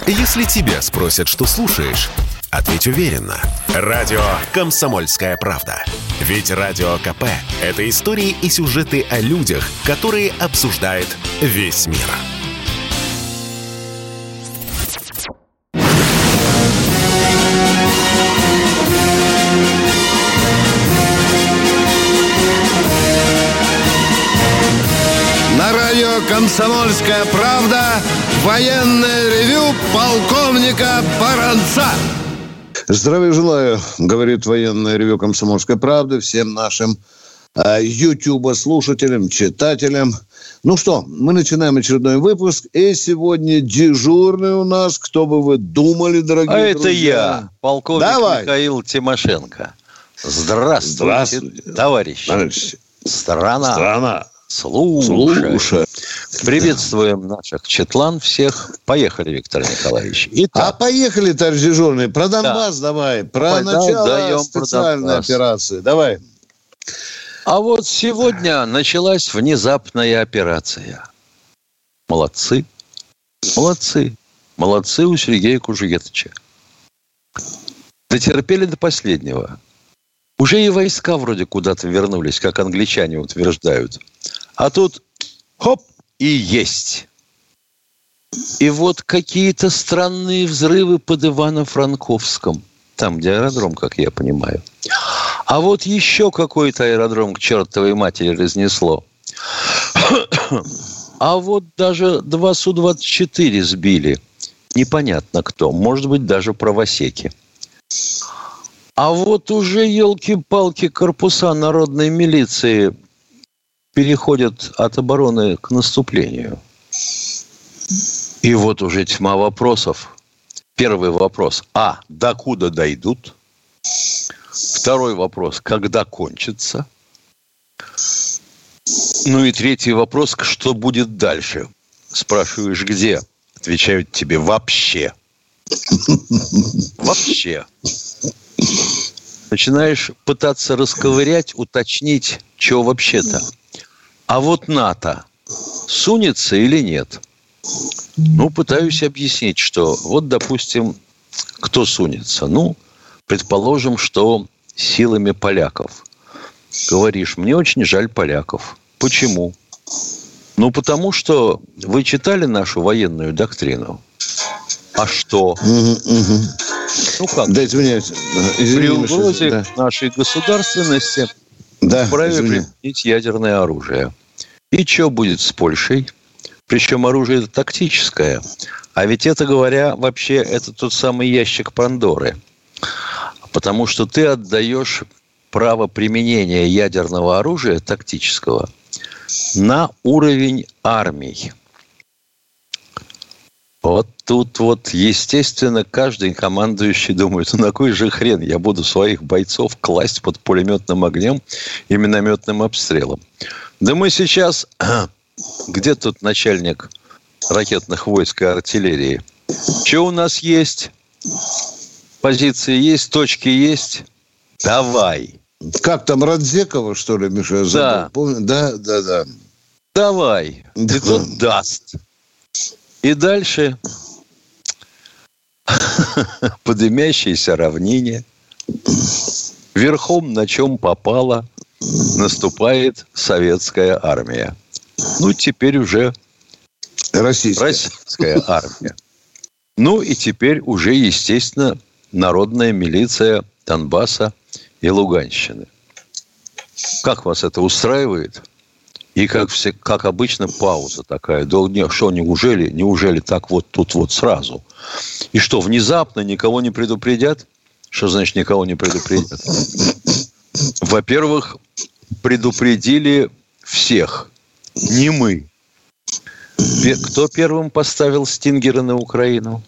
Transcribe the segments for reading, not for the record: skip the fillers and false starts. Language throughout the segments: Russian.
Если тебя спросят, что слушаешь, ответь уверенно. Радио «Комсомольская правда». Ведь Радио КП – это истории и сюжеты о людях, которые обсуждает весь мир. На радио «Комсомольская правда» военное ревю полковника Баранца. Здравия желаю, говорит военное ревю «Комсомольской правды» всем нашим YouTube-слушателям, читателям. Ну что, мы начинаем очередной выпуск. И сегодня дежурный у нас, кто бы вы думали, дорогие друзья. Это я, полковник Михаил Тимошенко. Здравствуйте, товарищи. Страна. Слушай. Приветствуем наших читлан всех. Поехали, Виктор Николаевич. Итак. Поехали, товарищ дежурный. Про Донбасс давай. Про начало специальной операции. Давай. А вот сегодня началась внезапная операция. Молодцы у Сергея Кужугетовича. Дотерпели до последнего. Уже и войска вроде куда-то вернулись, как англичане утверждают. А тут хоп, и есть. И вот какие-то странные взрывы под Ивано-Франковском. Там, где аэродром, как я понимаю. А вот еще какой-то аэродром к чертовой матери разнесло. А вот даже 2 Су-24 сбили. Непонятно кто. Может быть, даже правосеки. А вот уже, елки-палки, корпуса народной милиции переходят от обороны к наступлению. И вот уже тьма вопросов. Первый вопрос. Докуда дойдут? Второй вопрос. Когда кончится? Ну и третий вопрос. Что будет дальше? Спрашиваешь, где? Отвечают тебе: вообще. Вообще. Начинаешь пытаться расковырять, уточнить, что вообще-то. А вот НАТО сунется или нет? Ну, пытаюсь объяснить, что вот, допустим, кто сунется? Ну, предположим, что силами поляков. Говоришь, мне очень жаль поляков. Почему? Ну, потому что вы читали нашу военную доктрину. А что? Ну как? Да, извиняюсь. При угрозе нашей государственности вправе применить ядерное оружие. И что будет с Польшей? Причем оружие это тактическое. А ведь это, говоря, вообще это тот самый ящик Пандоры. Потому что ты отдаешь право применения ядерного оружия тактического на уровень армий. Вот тут вот, естественно, каждый командующий думает, на кой же хрен я буду своих бойцов класть под пулеметным огнем и минометным обстрелом. Да мы сейчас... Где тут начальник ракетных войск и артиллерии? Что у нас есть? Позиции есть, точки есть? Давай. Как там, Радзекова, что ли, Миша? Да. Да. Давай. И тот даст. И дальше по дымящейся равнине верхом на чем попало наступает советская армия. Ну, теперь уже российская армия. Ну, и теперь уже, естественно, народная милиция Донбасса и Луганщины. Как вас это устраивает? И как обычно, пауза такая. Да что, неужели так вот тут вот сразу? И что, внезапно никого не предупредят? Что значит никого не предупредят? Во-первых, предупредили всех. Не мы. Кто первым поставил стингеры на Украину?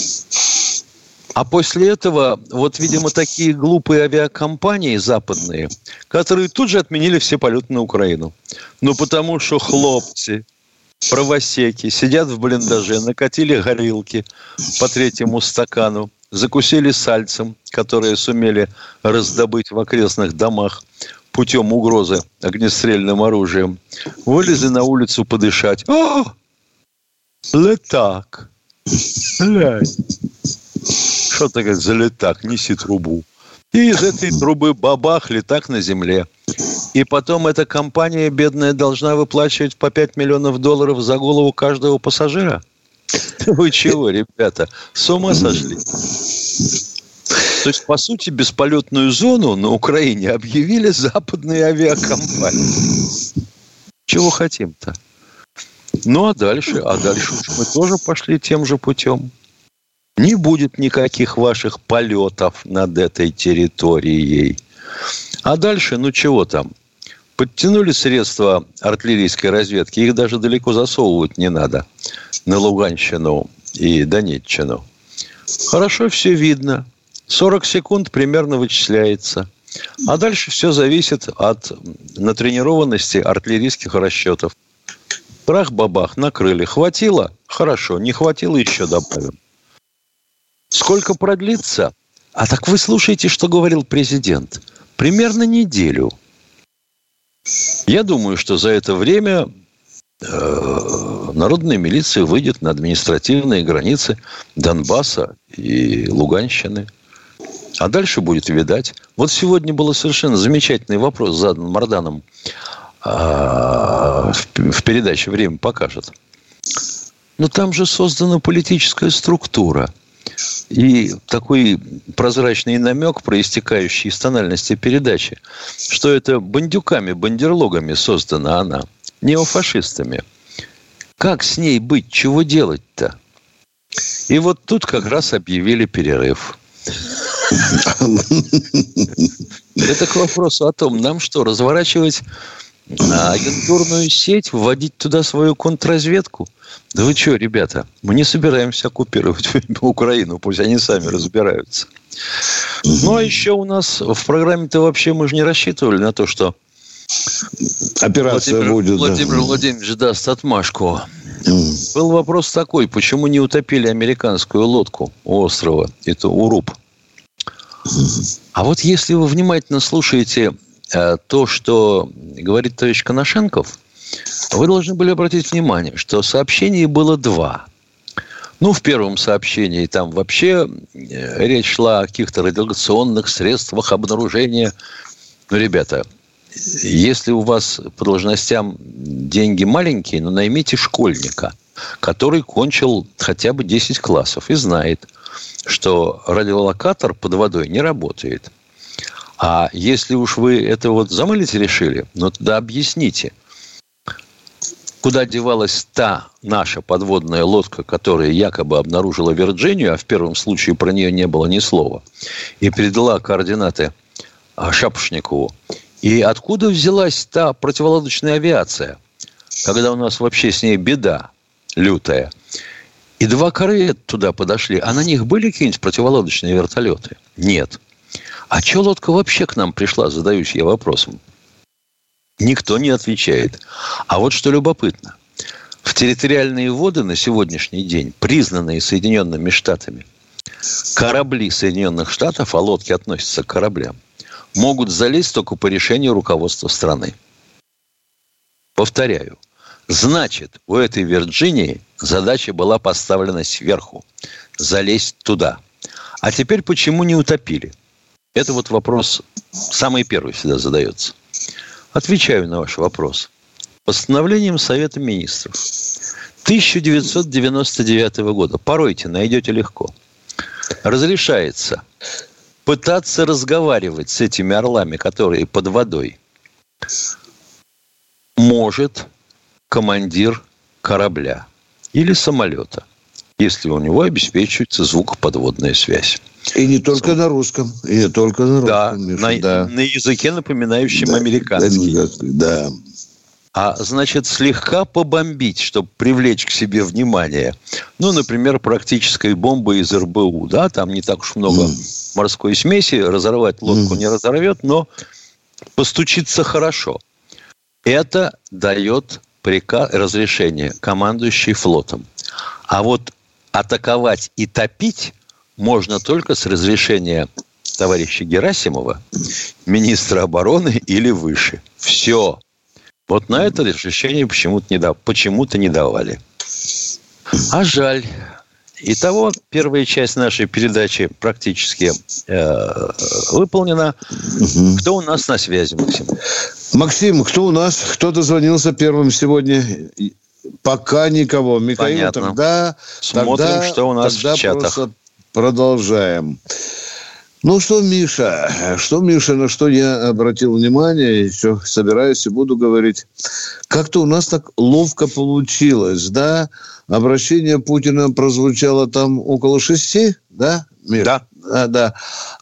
А после этого, вот, видимо, такие глупые авиакомпании западные, которые тут же отменили все полеты на Украину. Ну, потому что хлопцы, правосеки сидят в блиндаже, накатили горилки по 3-му стакану, закусили сальцем, которые сумели раздобыть в окрестных домах путем угрозы огнестрельным оружием, вылезли на улицу подышать. О! Летак! Глянь. Что такое за летак? Неси трубу. И из этой трубы бабах, летак на земле. И потом эта компания бедная должна выплачивать по $5 миллионов за голову каждого пассажира? Вы чего, ребята, с ума сошли? То есть, по сути, бесполетную зону на Украине объявили западные авиакомпании. Чего хотим-то? Ну, а дальше уж мы тоже пошли тем же путем. Не будет никаких ваших полетов над этой территорией. А дальше, ну чего там? Подтянули средства артиллерийской разведки, их даже далеко засовывать не надо. На Луганщину и Донеччину. Хорошо все видно. 40 секунд примерно вычисляется. А дальше все зависит от натренированности артиллерийских расчетов. Трах-бабах, накрыли. Хватило? Хорошо. Не хватило, еще добавим. Сколько продлится? А так вы слушаете, что говорил президент. Примерно неделю. Я думаю, что за это время народная милиция выйдет на административные границы Донбасса и Луганщины. А дальше будет видать. Вот сегодня был совершенно замечательный вопрос задан Марданом в передаче «Время покажет». Но там же создана политическая структура. И такой прозрачный намек, проистекающий из тональности передачи, что это бандюками, бандерлогами создана она, неофашистами. Как с ней быть? Чего делать-то? И вот тут как раз объявили перерыв. Это к вопросу о том, нам что, разворачивать агентурную сеть, вводить туда свою контрразведку? Да вы что, ребята, мы не собираемся оккупировать Украину, пусть они сами разбираются. Ну, а еще у нас в программе-то вообще мы же не рассчитывали на то, что операция Владимир Владимирович даст отмашку. Был вопрос такой, почему не утопили американскую лодку у острова, это Уруб. А вот если вы внимательно слушаете то, что говорит товарищ Коношенков, вы должны были обратить внимание, что сообщений было 2. Ну, в первом сообщении там вообще речь шла о каких-то радиолокационных средствах обнаружения. Ну, ребята, если у вас по должностям деньги маленькие, ну, наймите школьника, который кончил хотя бы 10 классов и знает, что радиолокатор под водой не работает. А если уж вы это вот замылить решили, ну, тогда объясните, куда девалась та наша подводная лодка, которая якобы обнаружила Вирджинию, а в первом случае про нее не было ни слова, и передала координаты Шапошникову. И откуда взялась та противолодочная авиация, когда у нас вообще с ней беда лютая? И 2 корвета туда подошли, а на них были какие-нибудь противолодочные вертолеты? Нет. А что лодка вообще к нам пришла, задаюсь я вопросом. Никто не отвечает. А вот что любопытно. В территориальные воды на сегодняшний день, признанные Соединенными Штатами, корабли Соединенных Штатов, а лодки относятся к кораблям, могут залезть только по решению руководства страны. Повторяю. Значит, у этой Вирджинии задача была поставлена сверху. Залезть туда. А теперь почему не утопили? Это вот вопрос самый первый всегда задается. Отвечаю на ваш вопрос. Постановлением Совета Министров 1999 года, поройте, найдете легко, разрешается пытаться разговаривать с этими орлами, которые под водой, может командир корабля или самолета, если у него обеспечивается звукоподводная связь. И не только на русском. И не только на русском. Да, на языке, напоминающем американский. Да. А значит, слегка побомбить, чтобы привлечь к себе внимание. Ну, например, практической бомбы из РБУ. Да, там не так уж много морской смеси. Разорвать лодку не разорвет, но постучиться хорошо. Это дает разрешение командующий флотом. А вот атаковать и топить можно только с разрешения товарища Герасимова, министра обороны или выше. Все. Вот на это разрешение почему-то не давали. А жаль. Итого, первая часть нашей передачи практически выполнена. Кто у нас на связи, Максим? Максим, кто у нас? Кто дозвонился первым сегодня? Пока никого. Михаил, понятно. Тогда смотрим, что у нас в чатах. Просто продолжаем. Ну что, Миша, на что я обратил внимание, еще собираюсь и буду говорить. Как-то у нас так ловко получилось, да? Обращение Путина прозвучало там около 6, да, Миш? Да.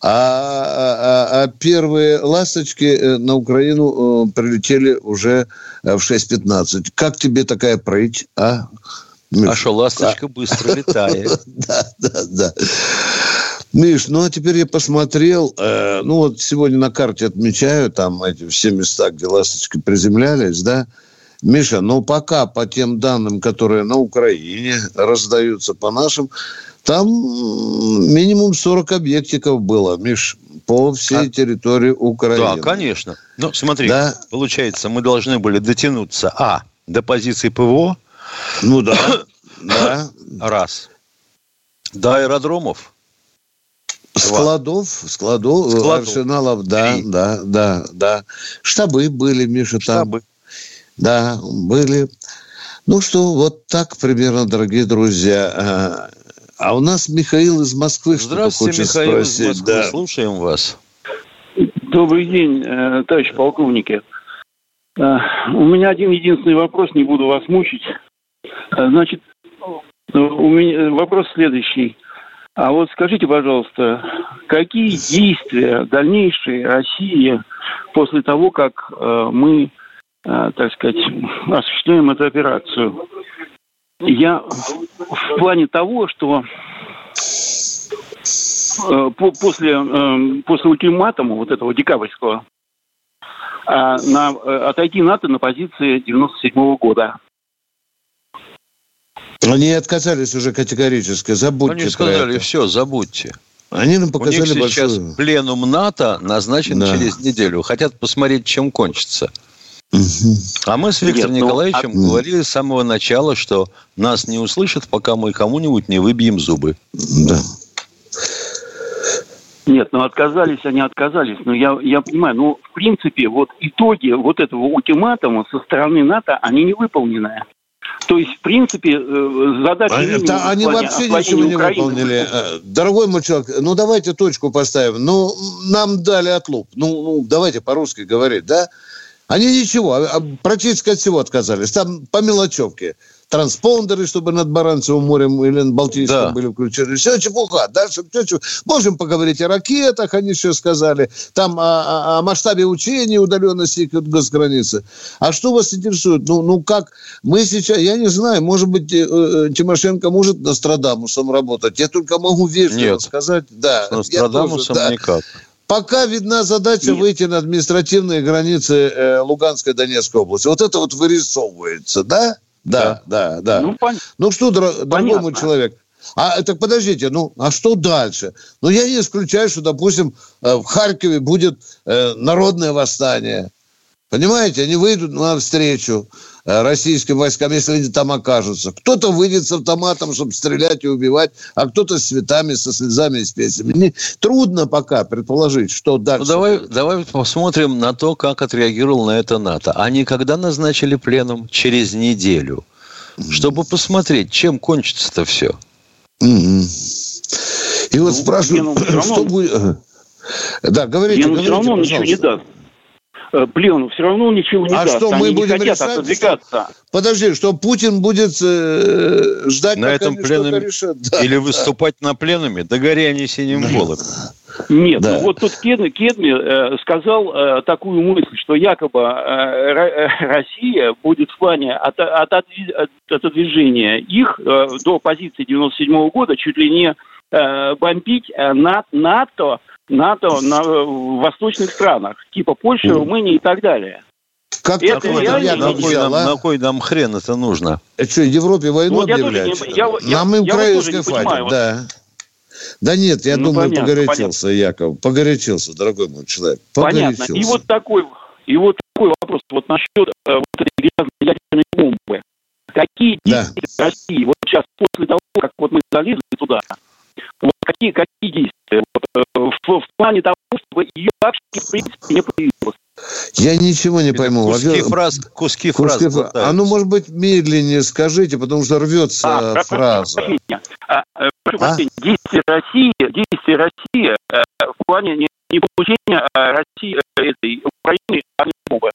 А первые ласточки на Украину прилетели уже в 6:15. Как тебе такая прыть, а? Миш? А что, ласточка быстро летает. Да. Миш, ну а теперь я посмотрел, вот сегодня на карте отмечаю там эти все места, где ласточки приземлялись, да. Миша, пока по тем данным, которые на Украине раздаются по нашим, там минимум 40 объектиков было, Миш, по всей территории Украины. Да, конечно. Ну, смотри, получается, мы должны были дотянуться, до позиции ПВО. Ну да. Раз. До аэродромов. Складов, арсеналов, да. Штабы были, Миша, там. Да, были. Ну что, вот так примерно, дорогие друзья. А у нас Михаил из Москвы что-то хочет спросить. Михаил из Москвы, слушаем вас. Добрый день, товарищ полковники. У меня один единственный вопрос, не буду вас мучить. Значит, у меня вопрос следующий. А вот скажите, пожалуйста, какие действия дальнейшие России после того, как мы, так сказать, осуществляем эту операцию? Я в плане того, что после ультиматума вот этого декабрьского отойти НАТО на позиции 97-го года. Они отказались уже категорически. Забудьте. Они сказали, все, забудьте. Они нам показали у них сейчас пленум НАТО назначен через неделю. Хотят посмотреть, чем кончится. А мы с Виктором Николаевичем говорили с самого начала, что нас не услышат, пока мы кому-нибудь не выбьем зубы. Да. Нет, отказались. Но я понимаю, в принципе, вот итоги вот этого ультиматума со стороны НАТО, они не выполнены. То есть, в принципе, задача... Они вообще ничего не выполнили. Дорогой мой человек, давайте точку поставим. Нам дали отлуп. Давайте по-русски говорить, да? Они ничего, практически от всего отказались. Там по мелочевке. Транспондеры, чтобы над Баренцевым морем или над Балтийском были включены. Все чепуха. Дальше можем поговорить о ракетах, они еще сказали. Там о масштабе учений, удаленности госграницы. А что вас интересует? Как? Мы сейчас, я не знаю, может быть, Тимошенко может Нострадамусом работать. Я только могу вежливо сказать. Да, с Нострадамусом никак. Пока видна задача выйти на административные границы Луганской и Донецкой области. Вот это вот вырисовывается, да? Да. Что, дорогой мой человек, так подождите, а что дальше? Я не исключаю, что, допустим, в Харькове будет народное восстание. Понимаете, они выйдут навстречу российским войскам, если они там окажутся. Кто-то выйдет с автоматом, чтобы стрелять и убивать, а кто-то с цветами, со слезами и с песнями. Трудно пока предположить, что дальше. Давай посмотрим на то, как отреагировал на это НАТО. Они когда назначили пленум? Через неделю. Чтобы посмотреть, чем кончится-то все. И вот спрашивают, что будет... Да, говорите, все равно ничего не даст. Плену все равно ничего не даст. Что, мы будем решать, отодвигаться? Подожди, что Путин будет ждать, на этом пленуме решат? Или выступать на пленуме? Да гори они синим волоком. Нет, вот тут Кедми сказал такую мысль, что якобы Россия будет в плане отодвижения их до позиции 97-го года чуть ли не бомбить НАТО в восточных странах, типа Польши, Румынии и так далее. Как на кой нам хрен это нужно? Это что, Европе войну объявлять? Нам и украинской хватит, да. Да нет, я думаю, погорячился, Яков. Погорячился, дорогой мой человек. Понятно. И вот такой вопрос вот насчет вот этой грязной ядерной бомбы. какие действия России, вот сейчас после того, как вот мы залезли туда, вот какие действия вот, в плане того, чтобы ее вообще в принципе не появилось? Я ничего не пойму. Куски фраз. А ну, может быть, медленнее скажите, потому что рвется фраза. Прошу прощения. Действия России в плане не получения России этой Украины атомной бомбы.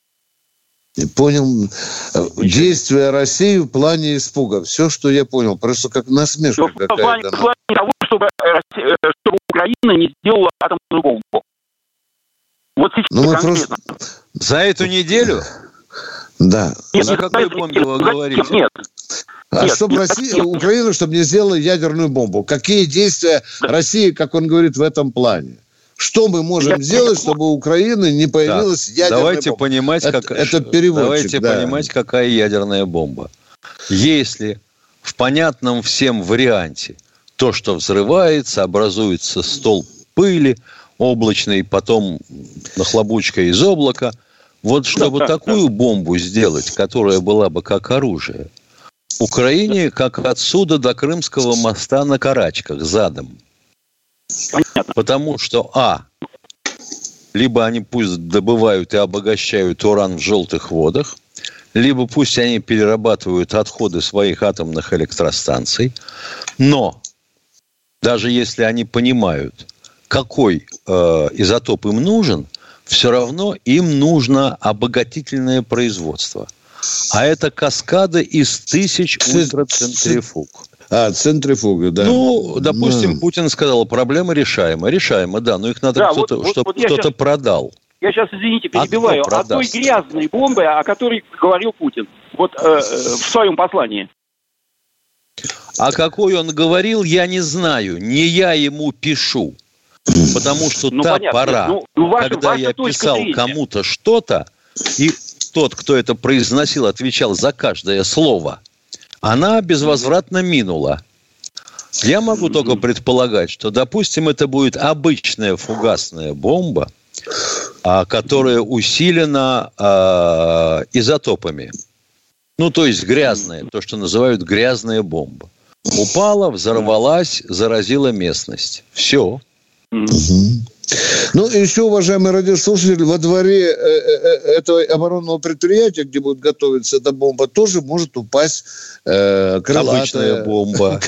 Понял. Действия России в плане испуга. Все, что я понял. Просто как насмешка какая-то. В плане того, чтобы Украина не сделала атомную бомбу. Вот сейчас конкретно. За эту неделю? Да. О какой бомбе вы говорите? Нет. Чтобы Украина, чтобы не сделала ядерную бомбу. Какие действия России, как он говорит, в этом плане? Что мы можем сделать, чтобы у Украины не появилась ядерная бомба? Понимать, это переводчик. Понимать, какая ядерная бомба. Если в понятном всем варианте то, что взрывается, образуется столб пыли, облачный, потом нахлобучка из облака. Вот чтобы такую бомбу сделать, которая была бы как оружие, Украине как отсюда до Крымского моста на карачках задом. Понятно. Потому что, либо они пусть добывают и обогащают уран в желтых водах, либо пусть они перерабатывают отходы своих атомных электростанций. Но даже если они понимают, какой изотоп им нужен, все равно им нужно обогатительное производство. А это каскады из 1000 ультрацентрифуг. Центрифуга, да. Ну, допустим, Путин сказал, проблема решаема. Решаема, да, но их надо чтобы кто-то продал. Я сейчас, извините, перебиваю. О той грязной бомбе, о которой говорил Путин. Вот в своем послании. А какой он говорил, я не знаю. Не я ему пишу. Потому что пора, когда я писал кому-то что-то, и тот, кто это произносил, отвечал за каждое слово, она безвозвратно минула. Я могу только предполагать, что, допустим, это будет обычная фугасная бомба, которая усилена изотопами. Ну, то есть грязная, то, что называют грязная бомба. Упала, взорвалась, заразила местность. Все. Ну, еще, уважаемые радиослушатели, во дворе этого оборонного предприятия, где будет готовиться эта бомба, тоже может упасть крылатая обычная бомба.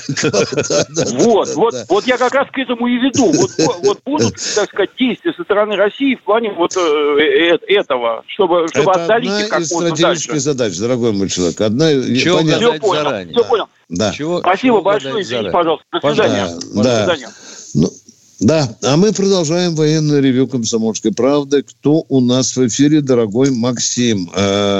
Вот я как раз к этому и веду. Вот будут, так сказать, действия со стороны России в плане вот этого, чтобы отдалить их как можно дальше. Это одна из стратегических задач, дорогой мой человек. Чего гадать заранее? Все понял. Да. Спасибо большое, извините, пожалуйста. До свидания. До свидания. Да, а мы продолжаем военное ревью «Комсомольской правды». Кто у нас в эфире, дорогой Максим?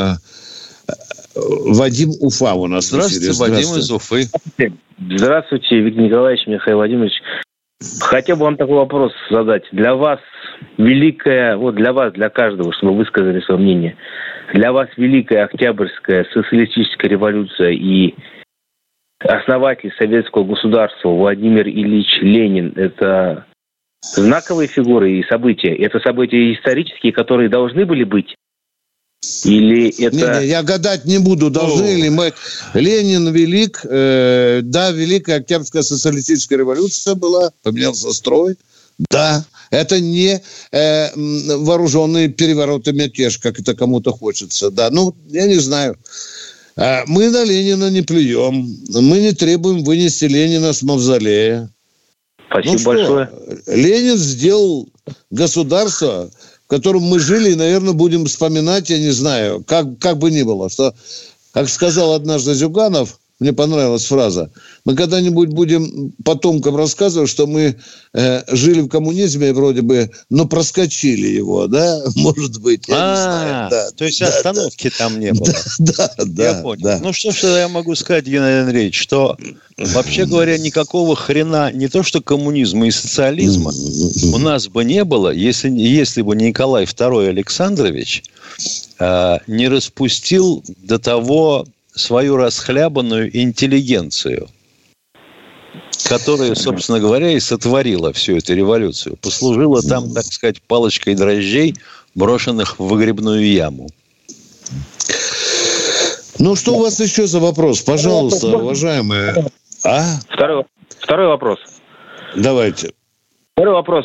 Вадим Уфа у нас в эфире. Здравствуйте, Вадим из Уфы. Здравствуйте, Виктор Николаевич, Михаил Владимирович. Хотел бы вам такой вопрос задать. Для вас великая, для вас, для каждого, чтобы вы высказали свое мнение, для вас великая Октябрьская социалистическая революция и основатель советского государства Владимир Ильич Ленин – это знаковые фигуры и события? Это события исторические, которые должны были быть? Или это... Не, я гадать не буду, должны ли мы... Ленин велик, да, Великая Октябрьская социалистическая революция была, поменялся строй, да, это не вооруженный переворот и мятеж, как это кому-то хочется, да, ну, я не знаю. Мы на Ленина не плюем, мы не требуем вынести Ленина с мавзолея. Спасибо большое. Ленин сделал государство, в котором мы жили, и, наверное, будем вспоминать, я не знаю, как бы ни было, что, как сказал однажды Зюганов, мне понравилась фраза, мы когда-нибудь будем потомкам рассказывать, что мы жили в коммунизме вроде бы, но проскочили его, да, может быть, я не знаю. Да, то есть остановки там не было. Да. Я понял. Да. Ну, что я могу сказать, Геннадий Андреевич, что, вообще говоря, никакого хрена, не то что коммунизма и социализма, у нас бы не было, если бы Николай II Александрович не распустил до того свою расхлябанную интеллигенцию, которая, собственно говоря, и сотворила всю эту революцию. Послужила там, так сказать, палочкой дрожжей, брошенных в выгребную яму. Ну, что у вас еще за вопрос? Пожалуйста, уважаемые. Второй вопрос. Давайте. Второй вопрос.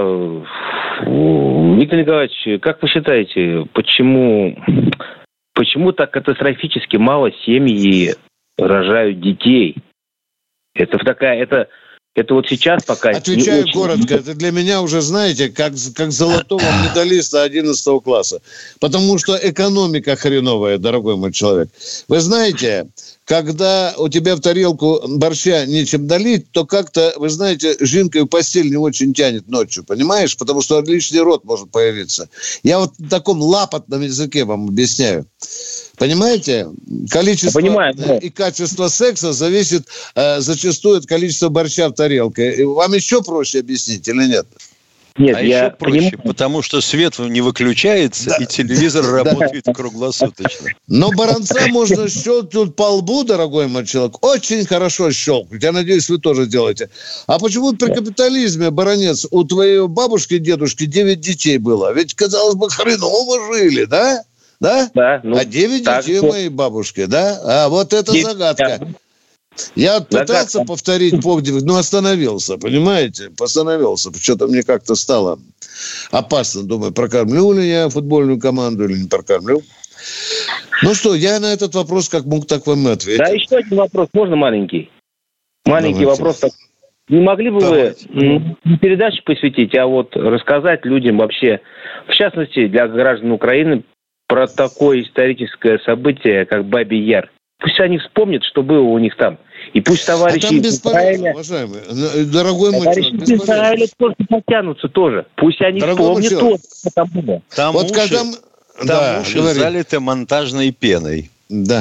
Виктор Николаевич, как вы считаете, почему так катастрофически мало семьи рожают детей? Это вот сейчас пока... Отвечаю коротко. Это для меня уже, знаете, как золотого медалиста 11 класса. Потому что экономика хреновая, дорогой мой человек. Вы знаете, когда у тебя в тарелку борща нечем долить, то как-то, вы знаете, жинкой в постель не очень тянет ночью, понимаешь? Потому что лишний рот может появиться. Я вот на таком лапотном языке вам объясняю. Понимаете? Количество и качество секса зависит зачастую от количества борща в тарелке. Вам еще проще объяснить или нет? Нет, еще проще, потому что свет не выключается, и телевизор работает круглосуточно. Но баранца можно щелкнуть по лбу, дорогой мой человек. Очень хорошо щелкнуть. Я надеюсь, вы тоже делаете. А почему при капитализме, баронец, у твоей бабушки и дедушки 9 детей было? Ведь, казалось бы, хреново жили, да? Да? Да. А 9 детей у моей бабушки, да? А вот это загадка. Да. Я пытался повторить подвиг, но остановился, понимаете? Остановился. Что-то мне как-то стало опасно. Думаю, прокормлю ли я футбольную команду или не прокормлю. Ну что, я на этот вопрос как мог, так вам и ответил. Да, еще один вопрос. Можно маленький? Маленький вопрос. Не могли бы вы не передачу посвятить, а вот рассказать людям вообще, в частности, для граждан Украины, про такое историческое событие, как Бабий Яр? Пусть они вспомнят, что было у них там. И пусть товарищи из Израиля... уважаемый, дорогой мой человек, из Израиля тоже потянутся тоже. Пусть они вспомнят то, что там было. Там вот когда... уши залиты монтажной пеной. Да.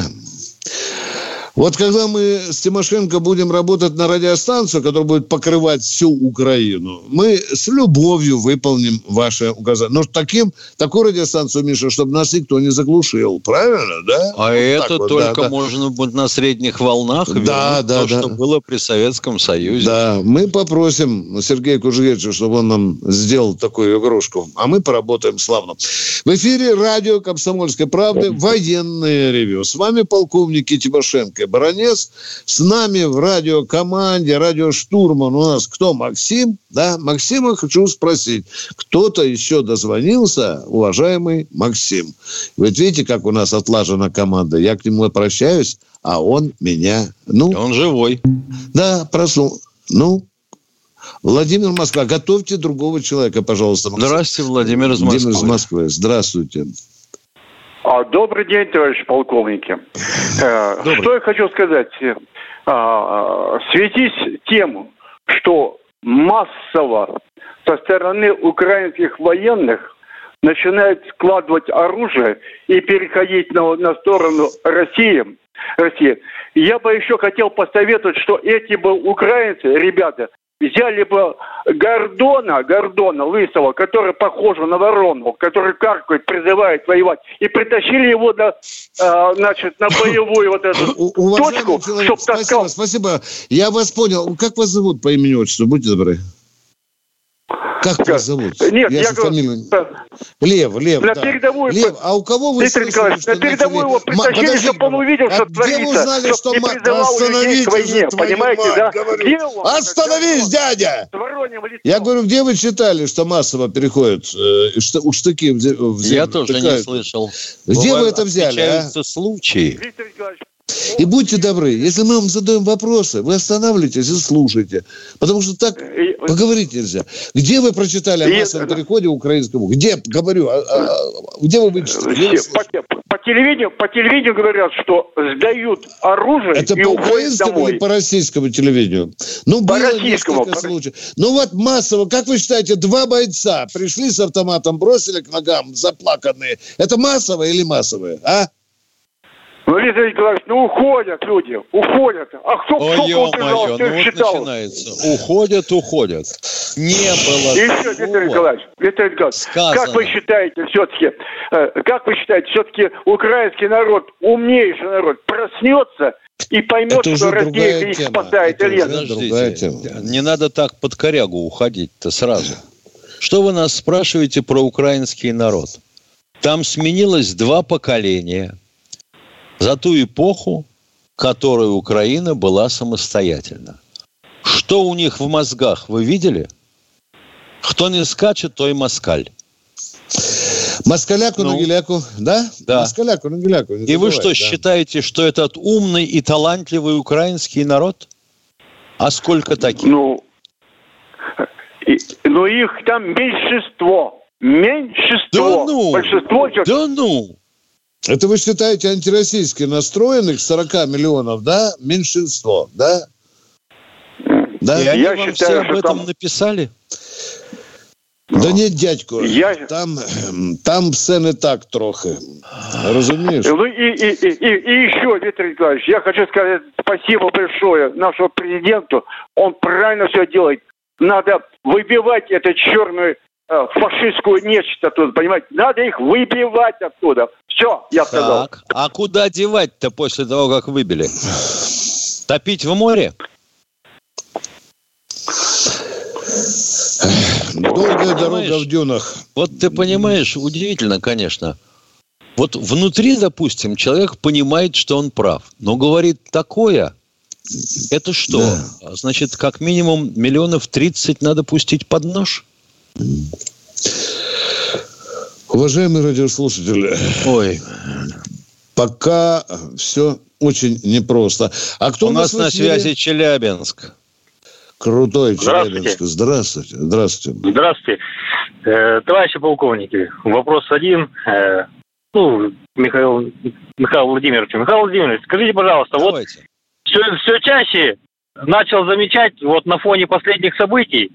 Вот когда мы с Тимошенко будем работать на радиостанцию, которая будет покрывать всю Украину, мы с любовью выполним ваши указания. Но такую радиостанцию, Миша, чтобы нас никто не заглушил. Правильно, да? А вот это вот, только можно будет на средних волнах вернуть то, что было при Советском Союзе. Да, мы попросим Сергея Кужевича, чтобы он нам сделал такую игрушку. А мы поработаем славно. В эфире радио «Комсомольской правды» военное ревью. С вами полковник Тимошенко. Баронец, с нами в радиокоманде, радиоштурман у нас кто? Максим? Да, Максима хочу спросить. Кто-то еще дозвонился, уважаемый Максим? Вы видите, как у нас отлажена команда? Я к нему обращаюсь, а он меня... Он живой. Да, прошу. Владимир Москва, готовьте другого человека, пожалуйста. Максим. Здравствуйте, Владимир из Москвы. Владимир из Москвы. Здравствуйте. Добрый день, товарищи полковники. Что я хочу сказать? В связи с тем, что массово со стороны украинских военных начинают складывать оружие и переходить на сторону России, я бы еще хотел посоветовать, что эти бы украинцы, ребята, взяли бы Гордона лысого, который похож на ворону, который каркает, призывает воевать, и притащили его на боевую вот эту точку, чтобы таскал. Спасибо. Я вас понял. Как вас зовут по имени отчеству? Будьте добры. Как вас зовут? Нет, я говорю... Лев, на передовую... Лев, а у кого вы слышали, что на передовую его притащили, чтобы он увидел, что творится. Где вы узнали, что остановитесь, войне, понимаете, да? Остановись, дядя! Я говорю, где вы читали, что массово переходят штыки в землю? Я тоже не слышал. Где вы это взяли, а? Случаи. Виктор Николаевич, и будьте добры, если мы вам задаем вопросы, вы останавливаетесь и слушайте. Потому что так поговорить нельзя. Где вы прочитали о массовом переходе украинскому? Где, говорю, где вы вычитали? По телевидению говорят, что сдают оружие. Это и по украинскому или по российскому телевидению? По российскому. Вот массово, как вы считаете, 2 бойца пришли с автоматом, бросили к ногам заплаканные. Это массовое или массовое, а? Виктор Николаевич, уходят люди, уходят. А кто убежал, кто считал? Начинается. Уходят. Не было. Еще, Виктор Николаевич, как вы считаете, все-таки украинский народ, умнейший народ, проснется и поймет, что Россия их спасает или нет? Подождите, не надо так под корягу уходить-то сразу. Что вы нас спрашиваете про украинский народ? Там сменилось 2 поколения. за ту эпоху, в которой Украина была самостоятельна. Что у них в мозгах, вы видели? Кто не скачет, то и москаль. Москаляку на геляку, да? Да. Москаляку на геляку. И вы что, считаете, что этот умный и талантливый украинский народ? А сколько таких? Но их там меньшинство. Да ну! Большинство... Да ну! Это вы считаете антироссийски настроенных 40 миллионов, да? Меньшинство, да? Да? И они я вам считаю, все об этом написали? Да нет, дядько, там все не так трохи. Разумеешь? Ну и еще, Виктор Николаевич, я хочу сказать спасибо большое нашему президенту. Он правильно все делает. Надо выбивать эту черную фашистскую нечто оттуда, понимаете? Надо их выбивать оттуда. Все, я сказал. Так, а куда девать-то после того, как выбили? Топить в море? Долгая дорога в дюнах. Вот ты понимаешь, удивительно, конечно. Вот внутри, допустим, человек понимает, что он прав, но говорит такое, это что? Да. Значит, как минимум 30 миллионов надо пустить под нож? Уважаемые радиослушатели, пока все очень непросто. А кто у нас на связи Челябинск? Крутой Челябинск. Здравствуйте. Здравствуйте. Здравствуйте. Товарищи полковники, вопрос один. Михаил Владимирович. Михаил Владимирович, скажите, пожалуйста, давайте. Вот все чаще начал замечать, вот на фоне последних событий,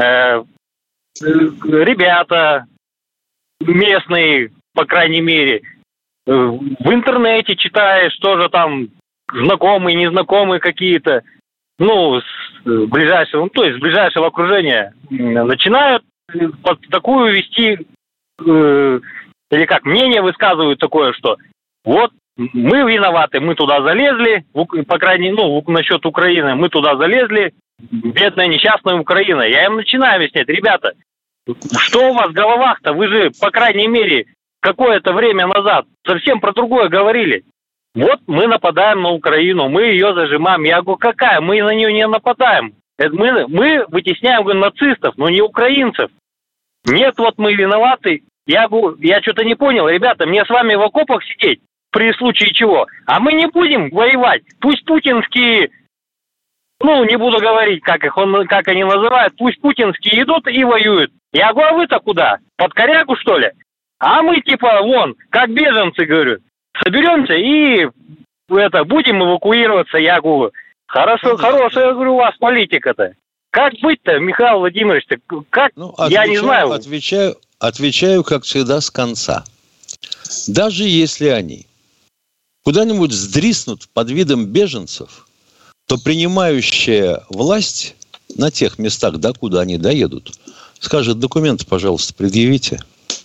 ребята местные, по крайней мере, в интернете читаешь, тоже там знакомые, незнакомые какие-то, с ближайшего окружения начинают такую вести, или как, мнение высказывают такое, что вот мы виноваты, мы туда залезли, по крайней мере, насчет Украины, мы туда залезли, бедная несчастная Украина. Я им начинаю объяснять, ребята, что у вас в головах-то? Вы же, по крайней мере, какое-то время назад совсем про другое говорили. Вот мы нападаем на Украину, мы ее зажимаем. Я говорю, какая? Мы на нее не нападаем. Мы вытесняем, говорю, нацистов, но не украинцев. Нет, вот мы виноваты. Я говорю, я что-то не понял. Ребята, мне с вами в окопах сидеть при случае чего. А мы не будем воевать. Пусть путинские, не буду говорить, как они называют, пусть путинские идут и воюют. Я говорю, а вы-то куда? Под корягу, что ли? А мы как беженцы, говорю, соберемся и будем эвакуироваться. Я говорю, хорошая, я говорю, у вас политика-то. Как быть-то, Михаил Владимирович, как? Я не знаю. Отвечаю, как всегда, с конца. Даже если они куда-нибудь сдриснут под видом беженцев, то принимающая власть на тех местах, куда они доедут, скажет, документы, пожалуйста, предъявите.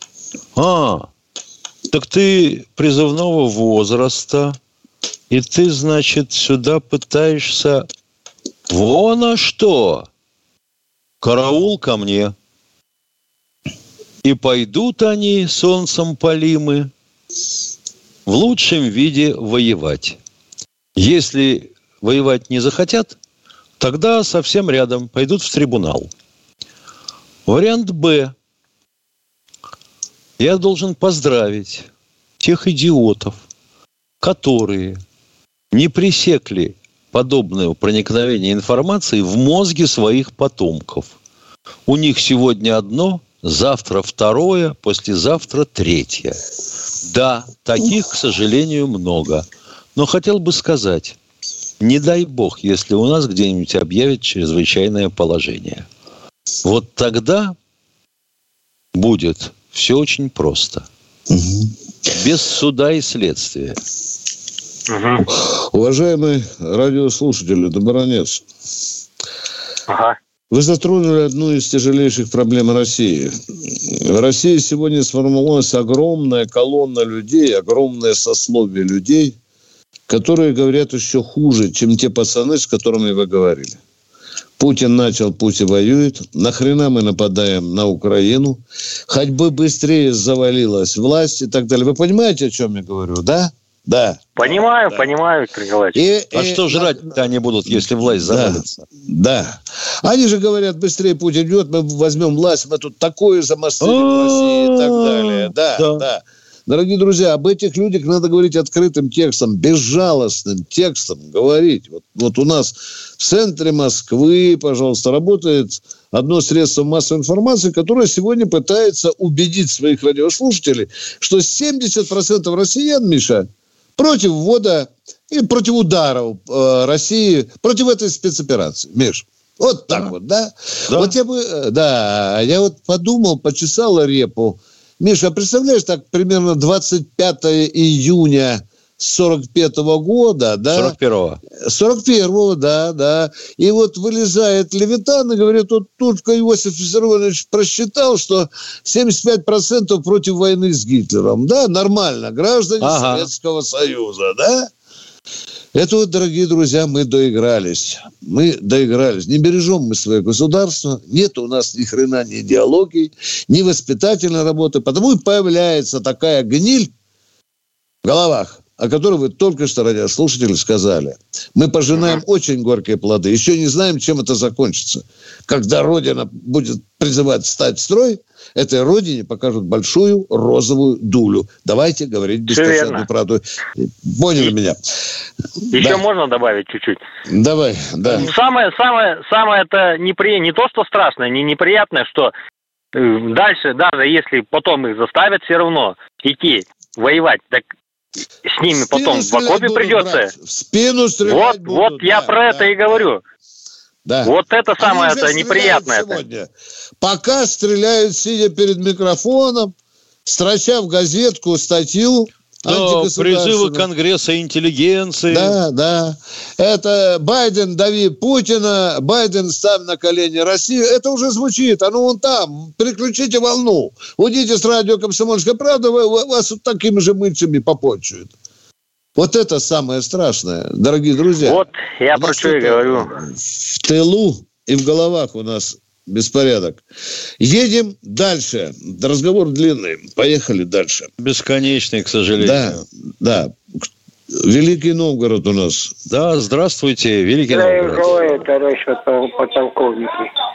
Так ты призывного возраста, и ты, значит, сюда пытаешься... Вон а что! Караул ко мне. И пойдут они, солнцем полимы, в лучшем виде воевать. Если воевать не захотят, тогда совсем рядом пойдут в трибунал. Вариант Б. Я должен поздравить тех идиотов, которые не пресекли подобное проникновение информации в мозги своих потомков. У них сегодня одно, завтра второе, послезавтра третье. Да, таких, к сожалению, много. Но хотел бы сказать, не дай бог, если у нас где-нибудь объявят чрезвычайное положение. Вот тогда будет все очень просто. Без суда и следствия. Уважаемый радиослушатель, это Баранец. Вы затронули одну из тяжелейших проблем России. В России сегодня сформировалась огромная колонна людей, огромное сословие людей, которые говорят еще хуже, чем те пацаны, с которыми вы говорили. Путин начал, пусть и воюет. Нахрена мы нападаем на Украину? Хоть бы быстрее завалилась власть и так далее. Вы понимаете, о чем я говорю, да? Да. Понимаю, Виктор Николаевич. А что жрать-то они будут, если власть завалится? Да. Они же говорят, быстрее путь идет, мы возьмем власть, мы тут такое замостили в России и так далее. Да. Дорогие друзья, об этих людях надо говорить открытым текстом, безжалостным текстом говорить. Вот у нас в центре Москвы, пожалуйста, работает одно средство массовой информации, которое сегодня пытается убедить своих радиослушателей, что 70% россиян, Миша, против ввода и против ударов России, против этой спецоперации. Миш, вот так вот, да? Вот я вот подумал, почесал репу. Миша, представляешь, так примерно 25 июня 45-го года, да? 41-го, да. И вот вылезает Левитан и говорит, вот Турко Иосиф Виссарионович просчитал, что 75% против войны с Гитлером, да? Нормально, граждане Советского Союза, да? Это вот, дорогие друзья, мы доигрались. Не бережем мы свое государство. Нет у нас ни хрена ни идеологии, ни воспитательной работы. Потому и появляется такая гниль в головах, о которой вы только что, радиослушатели, сказали. Мы пожинаем очень горькие плоды. Еще не знаем, чем это закончится. Когда Родина будет призывать встать в строй, этой Родине покажут большую розовую дулю. Давайте говорить беспощадную правду. Поняли меня? Еще можно добавить чуть-чуть? Давай, да. Самое это не то, что страшное, не неприятное, что дальше, даже если потом их заставят все равно идти воевать, так с ними потом в окопе придется. В спину стрелять будут. Вот я про это и говорю. Да. Вот это самое это неприятное. Пока стреляют, сидя перед микрофоном, строча в газетку статью. Призывы Конгресса интеллигенции. Да. Это Байден дави Путина, Байден ставь на колени Россию. Это уже звучит. Оно вон там. Переключите волну. Уйдите с радио «Комсомольская правда», вас вот такими же мыльцами попотчуют. Вот это самое страшное, дорогие друзья. Вот я про что и говорю. В тылу и в головах у нас беспорядок. Едем дальше. Разговор длинный. Поехали дальше. Бесконечный, к сожалению. Да. Великий Новгород у нас. Да, здравствуйте, Великий Новгород. Здравия, товарищ подполковник.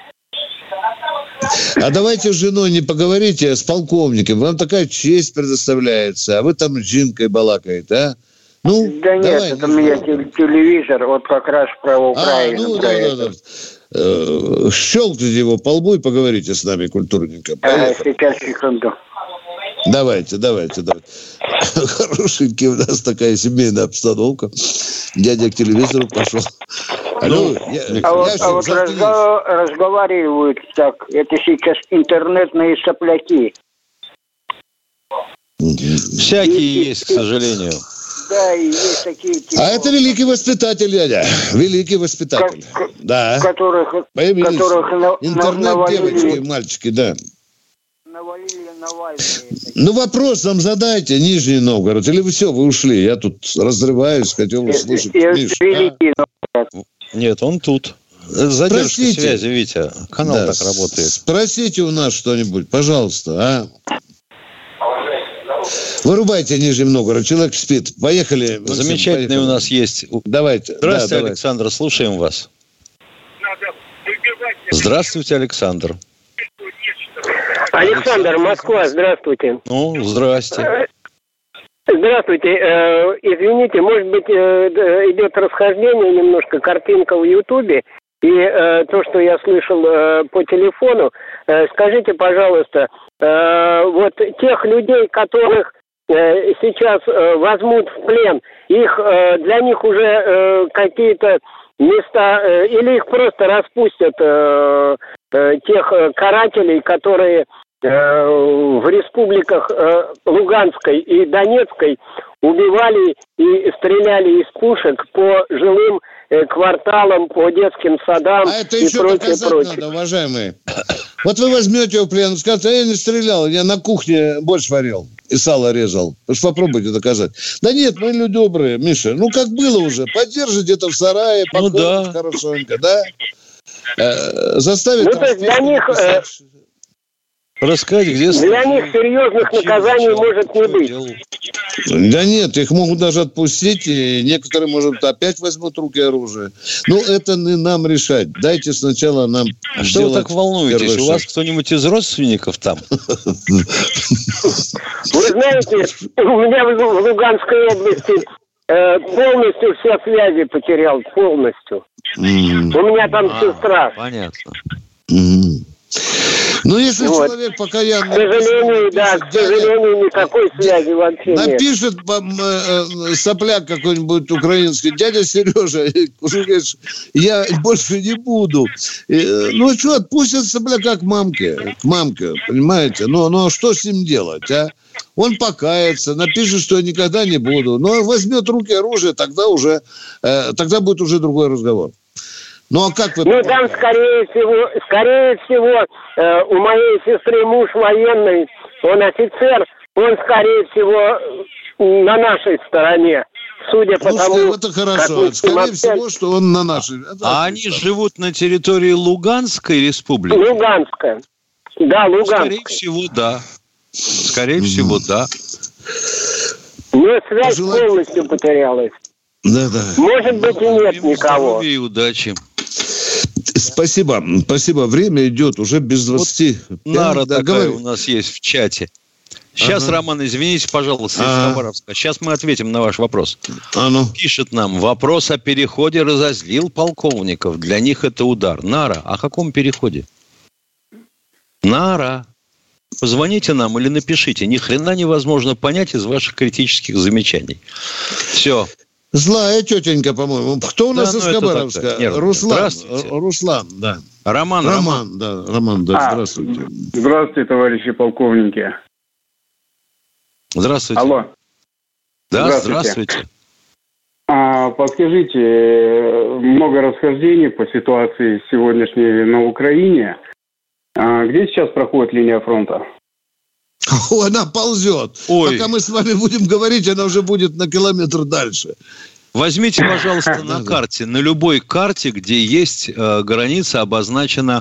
А давайте с женой не поговорите, а с полковником. Вам такая честь предоставляется, а вы там с Жинкой балакаете, а? Ну, да нет, это у меня телевизор, вот как раз про Украину. Да. Щелкните его по лбу и поговорите с нами культурненько. Сейчас, секунду. Давайте. Хорошенький у нас такая семейная обстановка. Дядя к телевизору пошел. Алло, разговаривают так. Это сейчас интернетные сопляки. Всякие есть, к сожалению. Да, и есть такие... А это великий воспитатель, дядя. Великий воспитатель. Да. Которых интернет-девочки и мальчики, да. Навалили Навальный. Ну, вопрос нам задайте, Нижний Новгород. Или вы все, вы ушли? Я тут разрываюсь, хотел услышать. Нет, он тут. Задержка связи, Витя. Канал так работает. Спросите у нас что-нибудь, пожалуйста, а? Вырубайте Нижний Новгород, человек спит. Поехали. Замечательный у нас есть. Давайте. Здравствуйте, Александр, слушаем вас. Здравствуйте, Александр. Александр, Москва, здравствуйте. Ну, здрасте. Здравствуйте. Извините, может быть, идет расхождение немножко, картинка в Ютубе. И то, что я слышал по телефону, скажите, пожалуйста, вот тех людей, которых сейчас возьмут в плен, для них уже какие-то места, или их просто распустят, тех карателей, которые в республиках Луганской и Донецкой убивали и стреляли из пушек по жилым кварталам, по детским садам это и еще прочее. Надо, уважаемые. Вот вы возьмете его в плен, скажете, я не стрелял, я на кухне борщ варил и сало резал. Вы же попробуйте доказать. Да нет, мы люди добрые, Миша. Ну, как было уже. Поддержите это в сарае, покормить хорошенько, да? Заставить... Ну, то есть для них... Рассказать, где... Для них серьезных наказаний может не быть. Да нет, их могут даже отпустить, и некоторые, может, опять возьмут в руки оружие. Ну, это не нам решать. Дайте сначала нам что вы так волнуетесь? У вас кто-нибудь из родственников там? Вы знаете, у меня в Луганской области полностью все связи потерял, полностью. У меня там сестра. Понятно. Ну, если человек покаянный... К сожалению, никакой связи вообще нет. Напишет сопляк какой-нибудь украинский: дядя Сережа, уже говоришь, я больше не буду. Ну, что, отпустят сопляка к мамке, понимаете? Ну, что с ним делать, а? Он покается, напишет, что я никогда не буду. Но возьмет в руки оружие, тогда будет уже другой разговор. Ну, а как вы... Ну, там, скорее всего, у моей сестры муж военный, он офицер, он, скорее всего, на нашей стороне. Судя по тому, это хорошо. Скорее всего, что он на нашей... А они живут на территории Луганской республики? Луганская. Да, Луганская. Скорее всего, да. Но связь полностью потерялась. Да. Может быть, и нет никого. Здоровья и удачи. Спасибо. Время идет уже без 20. Нара такая у нас есть в чате. Сейчас, Роман, извините, пожалуйста, из Хабаровска. Сейчас мы ответим на ваш вопрос. Пишет нам: вопрос о переходе разозлил полковников. Для них это удар. Нара, о каком переходе? Нара, позвоните нам или напишите. Ни хрена невозможно понять из ваших критических замечаний. Все. Злая тетенька, по-моему. Кто у нас из Хабаровска? Руслан, да. Роман, здравствуйте. Здравствуйте, товарищи полковники. Здравствуйте. Алло. Да, здравствуйте. Подскажите, много расхождений по ситуации сегодняшней на Украине. Где сейчас проходит линия фронта? Она ползет. Пока мы с вами будем говорить, она уже будет на километр дальше. Возьмите, пожалуйста, на карте, на любой карте, где есть граница, обозначена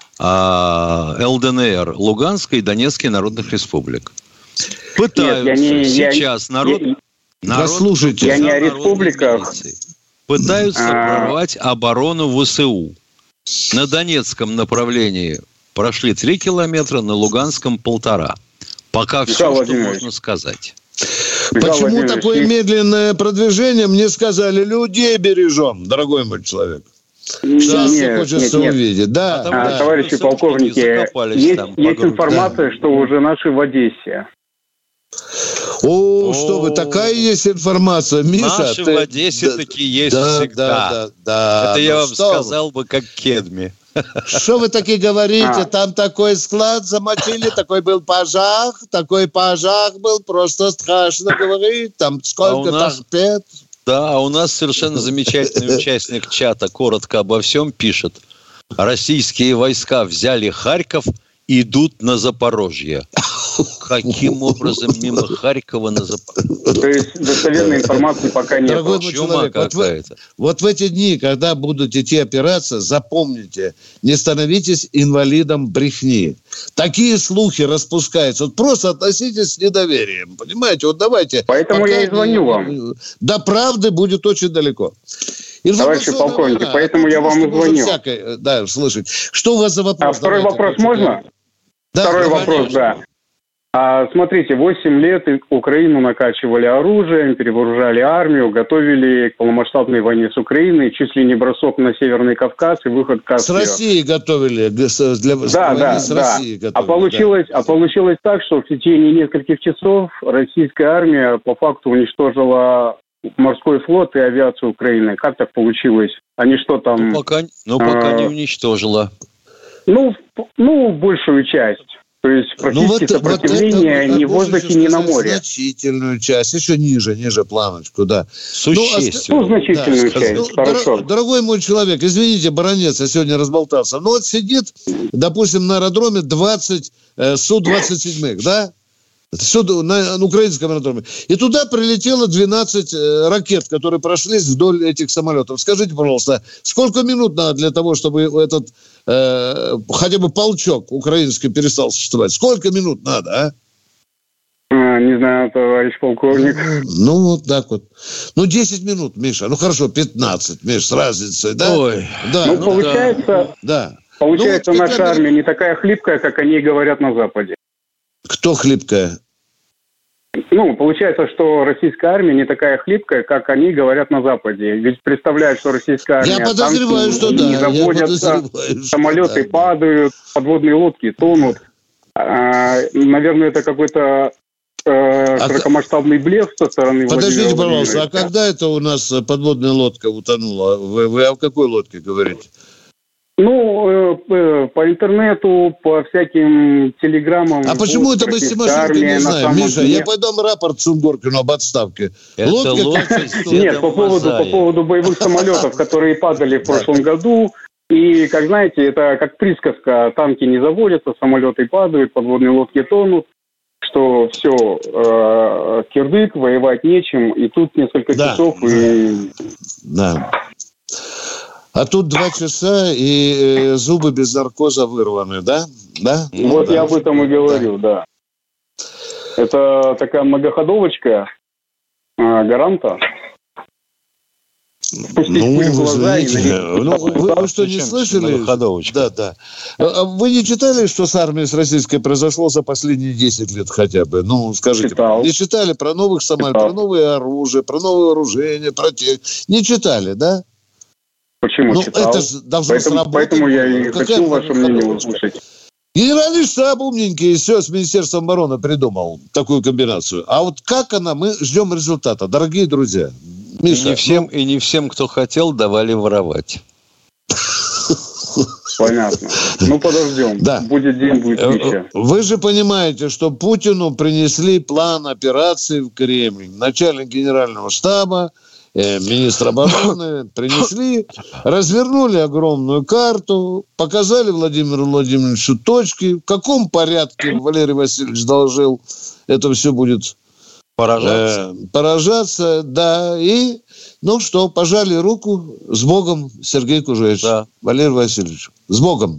ЛДНР, Луганской и Донецкой народных республик. Пытаются сейчас слушайте, я не о республиках. Пытаются прорвать оборону ВСУ. На Донецком направлении прошли 3 километра, на Луганском 1,5. Пока все, что можно сказать. Почему такое медленное продвижение? Мне сказали, людей бережем, дорогой мой человек. Сейчас хочется увидеть. Да. Товарищи полковники, есть информация, что уже наши в Одессе. Что вы, такая есть информация, Миша? Наши в Одессе такие есть всегда. Это я вам сказал бы как Кедми. Что вы такие говорите? Там такой склад замочили, такой был пожар был, просто страшно говорить. Там сколько торпед. Да, а у нас совершенно замечательный участник чата коротко обо всем пишет. Российские войска взяли Харьков, идут на Запорожье. Каким образом мимо Харькова на Запорожье? То есть достоверной информации пока нет. Дорогой мой человек, вот в эти дни, когда будут идти операции, запомните, не становитесь инвалидом брехни. Такие слухи распускаются. Вот просто относитесь с недоверием. Понимаете? Вот давайте. Поэтому я и звоню вам. До правды будет очень далеко. Товарищи полковники, поэтому я вам и звоню. Да, слышать. Что у вас за вопрос? Второй вопрос можно? Второй вопрос, да. Смотрите, 8 лет Украину накачивали оружием, перевооружали армию, готовили к полномасштабной войне с Украиной, чуть ли не бросок на Северный Кавказ и выход к Каспию. С Россией готовили. А получилось так, что в течение нескольких часов российская армия по факту уничтожила морской флот и авиацию Украины. Как так получилось? Они что там... Пока не уничтожила. Большую часть. То есть практически сопротивление ни в воздухе, ни на море. Значительную часть, еще ниже планочку, да. Существенную. Значительную часть, хорошо. Дорогой мой человек, извините, баронец, я сегодня разболтался. Вот сидит, допустим, на аэродроме 20 Су-27, да? На украинском аэродроме. И туда прилетело 12 ракет, которые прошлись вдоль этих самолетов. Скажите, пожалуйста, сколько минут надо для того, чтобы этот хотя бы полчок украинский перестал существовать? Сколько минут надо, а? Не знаю, товарищ полковник. Ну, вот так вот. 10 минут, Миша. Хорошо, 15, Миш, с разницей, да? Ой. Да, получается, да. Получается, наша армия не такая хлипкая, как они говорят на Западе. Кто хлипкая? Получается, что российская армия не такая хлипкая, как они говорят на Западе. Ведь представляют, что российская армия... Я подозреваю, что да. Не заводятся, самолеты падают, подводные лодки тонут. Наверное, это какой-то широкомасштабный блеф со стороны Подождите, Владимира пожалуйста, а когда это у нас подводная лодка утонула? Вы о какой лодке говорите? По интернету, по всяким телеграммам. А почему это мы с Тимошенко не знаем, Миша? Я подам рапорт Сунгоркину об отставке. Нет, по поводу боевых самолетов, которые падали в прошлом году. И, как знаете, это как присказка. Танки не заводятся, самолеты падают, подводные лодки тонут. Что все, кирдык, воевать нечем. И тут несколько часов и... Да. А тут 2 часа, и зубы без наркоза вырваны, да? Да? Вот я об этом и говорю, да. Это такая многоходовочка Гаранта. Вы что, не слышали? Да. Вы не читали, что с армией с российской произошло за последние 10 лет хотя бы? Скажите. Читал. Не читали про новых самолетов, про новое оружие, про новое вооружение, про тех? Не читали, да? Почему читал? Это же должно сработать. Поэтому я и хочу ваше мнение услышать. Генеральный штаб умненький, и все, с Министерством обороны придумал такую комбинацию. А вот как она, мы ждем результата, дорогие друзья. Миша, не всем, кто хотел, давали воровать. Понятно. Подождем. Да. Будет день, будет пища. Вы же понимаете, что Путину принесли план операции в Кремль. Начальник генерального штаба, министр обороны принесли, развернули огромную карту, показали Владимиру Владимировичу точки, в каком порядке Валерий Васильевич доложил, это все будет поражаться, да, и, пожали руку, с Богом, Сергей Кужевич, да. Валерий Васильевич, с Богом.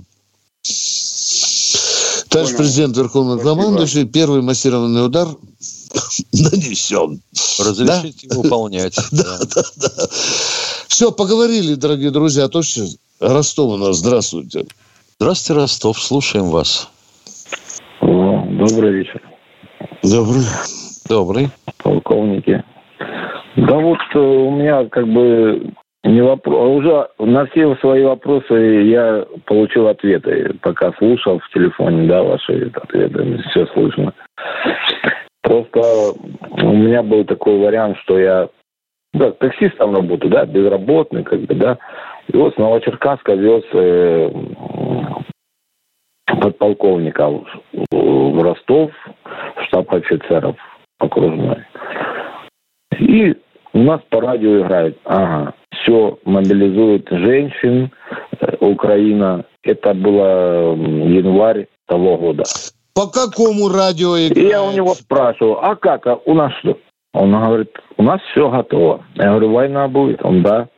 Товарищ президент Верховный командующий, первый массированный удар нанесен. Разрешите выполнять. Да. Все, поговорили, дорогие друзья. Ростов у нас. Здравствуйте. Здравствуйте, Ростов. Слушаем вас. Добрый вечер. Добрый. Полковники. Да у меня не вопрос. Уже на все свои вопросы я получил ответы, пока слушал в телефоне, ваши ответы. Все слышно. Просто у меня был такой вариант, что я таксистом работаю, безработный, И вот с Новочеркасска вез подполковника в Ростов, штаб офицеров окружной. И у нас по радио играет, все, мобилизуют женщин, Украина. Это было январь того года. По какому радио играет? И я у него спрашиваю, а как, у нас что? Он говорит, у нас все готово. Я говорю, война будет? Он, да.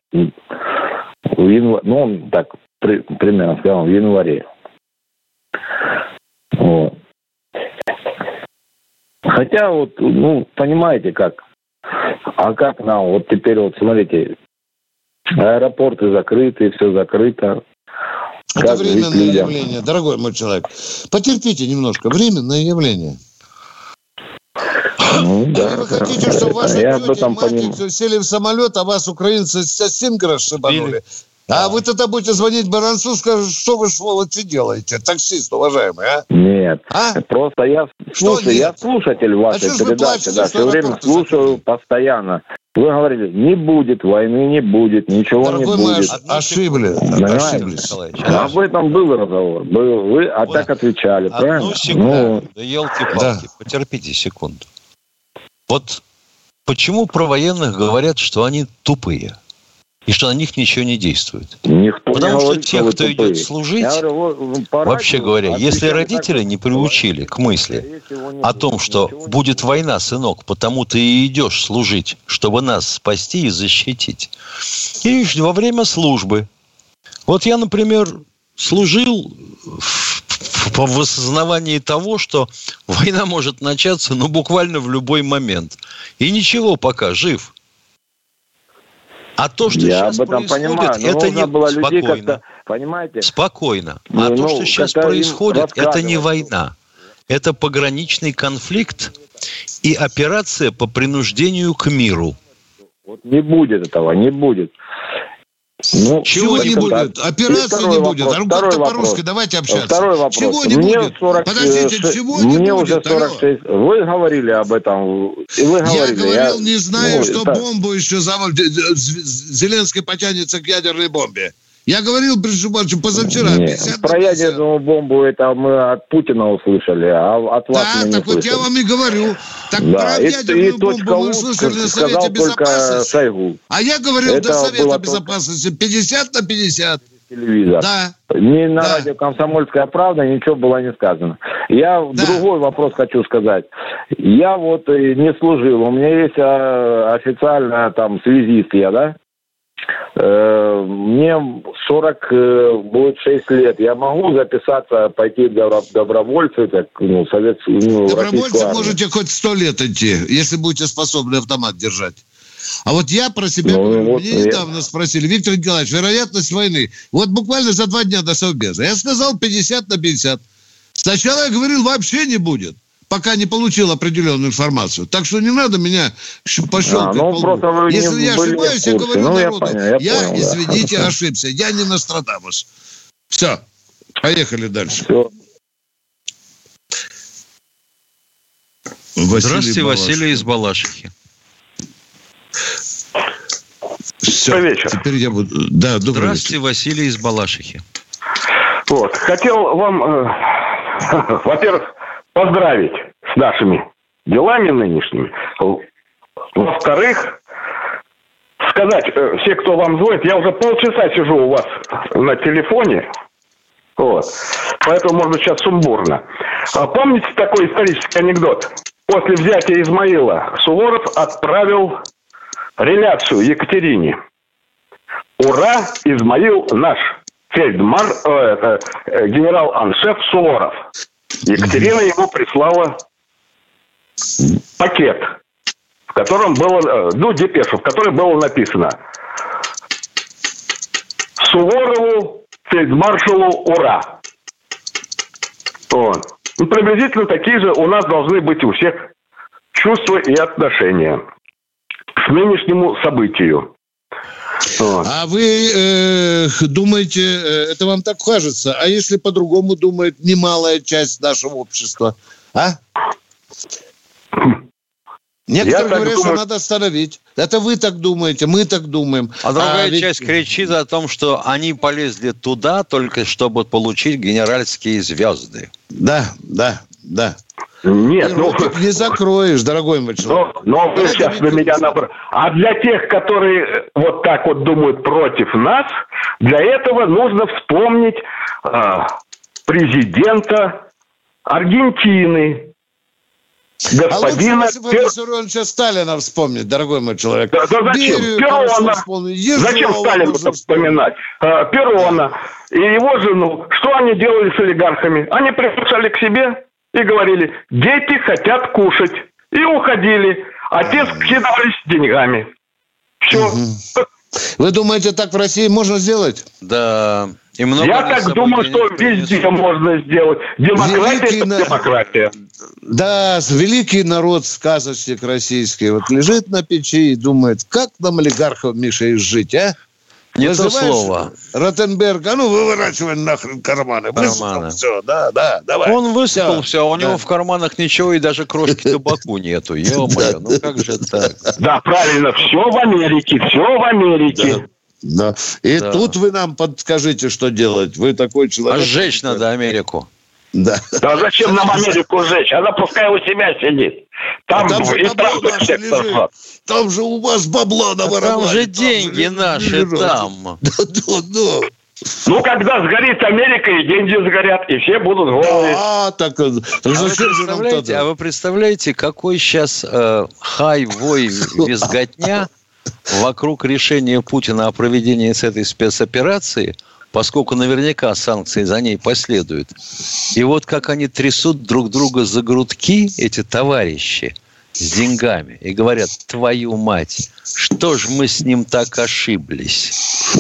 Он так примерно сказал, в январе. Вот. Хотя понимаете как? А как нам? Теперь смотрите, аэропорты закрыты, все закрыто. Это временное явление, дорогой мой человек. Потерпите немножко. Временное явление. Или вы хотите, чтобы ваши тети и мальчики сели в самолет, а вас украинцы совсем расшибанули? А вы тогда будете звонить Баранцу, скажете, что вы, сволочи, делаете? Таксист, уважаемый, а? Нет. Просто я слушатель вашей передачи. Все время слушаю постоянно. Вы говорили, не будет войны, не будет, ничего дорогой не будет. Ошиблись. Об этом был разговор. Вы так отвечали, правильно? Секунду. Да елки-палки, потерпите секунду. Вот почему про военных говорят, что они тупые? И что на них ничего не действует. Потому что те, кто идет служить, вообще говоря, если родители не приучили к мысли о том, что будет война, сынок, потому ты и идешь служить, чтобы нас спасти и защитить. И во время службы. Вот я, например, служил в в осознавании того, что война может начаться, буквально в любой момент. И ничего, пока жив. А то, что сейчас происходит, это не спокойно. Понимаете? Спокойно. А то, что сейчас происходит, это не война. Это пограничный конфликт и операция по принуждению к миру. Вот не будет этого, не будет. Чего не будет? Операции не будет. А как-то по-русски давайте общаться. Второй вопрос. Чего не будет? Подождите, чего не будет? Мне уже 46. Вы говорили об этом. Я говорил, не знаю, что бомбу еще Зеленский потянется к ядерной бомбе. Я говорил, позавчера. Про ядерную бомбу это мы от Путина услышали, а от вас мы не так слышали. Вот я вам и говорю. Так про ядерную бомбу мы услышали на Совете Безопасности. Шойгу. А я говорил до Совета Безопасности 50/50. Телевизор. Да. Ни на радио «Комсомольская правда» ничего было не сказано. Я другой вопрос хочу сказать. Я вот не служил. У меня есть официально там связист я, да? Мне 40 будет 6 лет. Я могу записаться, пойти добровольцем, добровольцем можете хоть 100 лет идти, если будете способны автомат держать. А вот я про себя говорю, мне недавно спросили, Виктор Николаевич, вероятность войны. Вот буквально за 2 дня до Совбеза. Я сказал 50/50. Сначала я говорил, вообще не будет, пока не получил определенную информацию. Так что не надо меня пощелкать по лбу. Если я ошибаюсь, я говорю народу, я, извините, ошибся. Я не Нострадамус. Все, поехали дальше. Здравствуйте, Василий из Балашихи. Все, добрый вечер. Теперь я буду... Да, здравствуйте, вечер. Василий из Балашихи. Вот, хотел вам, во-первых, поздравить с нашими делами нынешними. Во-вторых, сказать, все, кто вам звонит, я уже полчаса сижу у вас на телефоне, вот, поэтому, может быть, сейчас сумбурно. Помните такой исторический анекдот? После взятия Измаила Суворов отправил реляцию Екатерине. Ура, Измаил наш! Генерал-аншеф Суворов. Екатерина ему прислала пакет, в котором было, депешу, в которой было написано: Суворову, фельдмаршалу, ура. Вот. Приблизительно такие же у нас должны быть у всех чувства и отношения к нынешнему событию. Вот. А вы думаете, это вам так кажется, а если по-другому думает немалая часть нашего общества? А? Некоторые говорят, что надо остановить. Это вы так думаете, мы так думаем. А другая часть кричит о том, что они полезли туда только чтобы получить генеральские звезды. Да. Нет, не закроешь, дорогой мой человек. Но вы сейчас на меня набрали. А для тех, которые вот так вот думают против нас, для этого нужно вспомнить президента Аргентины. Господина... А лучше Виссарионовича Сталина вспомнить, дорогой мой человек. Да зачем? Перрона. Зачем Сталина вспоминать? Перрона и его жену. Что они делали с олигархами? Они приглашали к себе и говорили: дети хотят кушать. И уходили. А те скидывались деньгами. Все. Вы думаете, так в России можно сделать? Да. Я так думаю, что везде можно сделать. Демократия – это демократия. Да, великий народ, сказочник российский, вот лежит на печи и думает, как нам олигархов, Миша, изжить, а? Не то слово. Ротенберг, выворачивай нахрен карманы. Высыпал все, да, давай. Он высыпал все, а у него в карманах ничего и даже крошки табаку нету. Ё-моё, как же так? Да, правильно, все в Америке. Да. И тут вы нам подскажите, что делать. Вы такой человек. А сжечь надо Америку. Да. А зачем нам Америку сжечь? Она пускай у себя сидит. Там же у вас бабло наворовали. Там же деньги наши там. Да. Ну, когда сгорит Америка, и деньги сгорят, и все будут голые. А вы представляете, какой сейчас хай-вой визготня вокруг решения Путина о проведении этой спецоперации поскольку наверняка санкции за ней последуют. И вот как они трясут друг друга за грудки, эти товарищи, с деньгами, и говорят: твою мать, что ж мы с ним так ошиблись?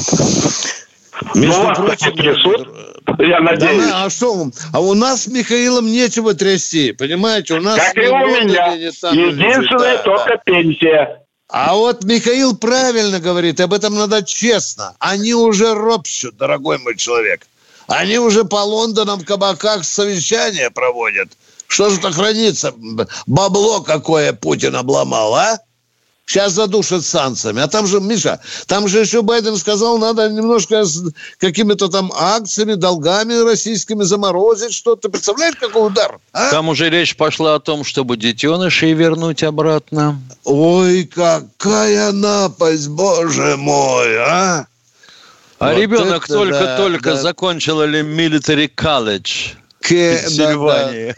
Между прочим, трясут, я надеюсь. Да, а что? А у нас с Михаилом нечего трясти, понимаете? У нас как и у меня. Единственная только пенсия. А вот Михаил правильно говорит, об этом надо честно. Они уже ропщут, дорогой мой человек. Они уже по Лондонам, кабаках совещания проводят. Что же-то хранится? Бабло какое Путин обломал, а? Сейчас задушат санкциями. А там же, Миша, там же еще Байден сказал, надо немножко с какими-то там акциями, долгами российскими заморозить что-то. Представляешь, какой удар? А? Там уже речь пошла о том, чтобы детенышей вернуть обратно. Ой, какая напасть, боже мой, а? А вот ребенок только-только закончил Military College в Пенсильвании.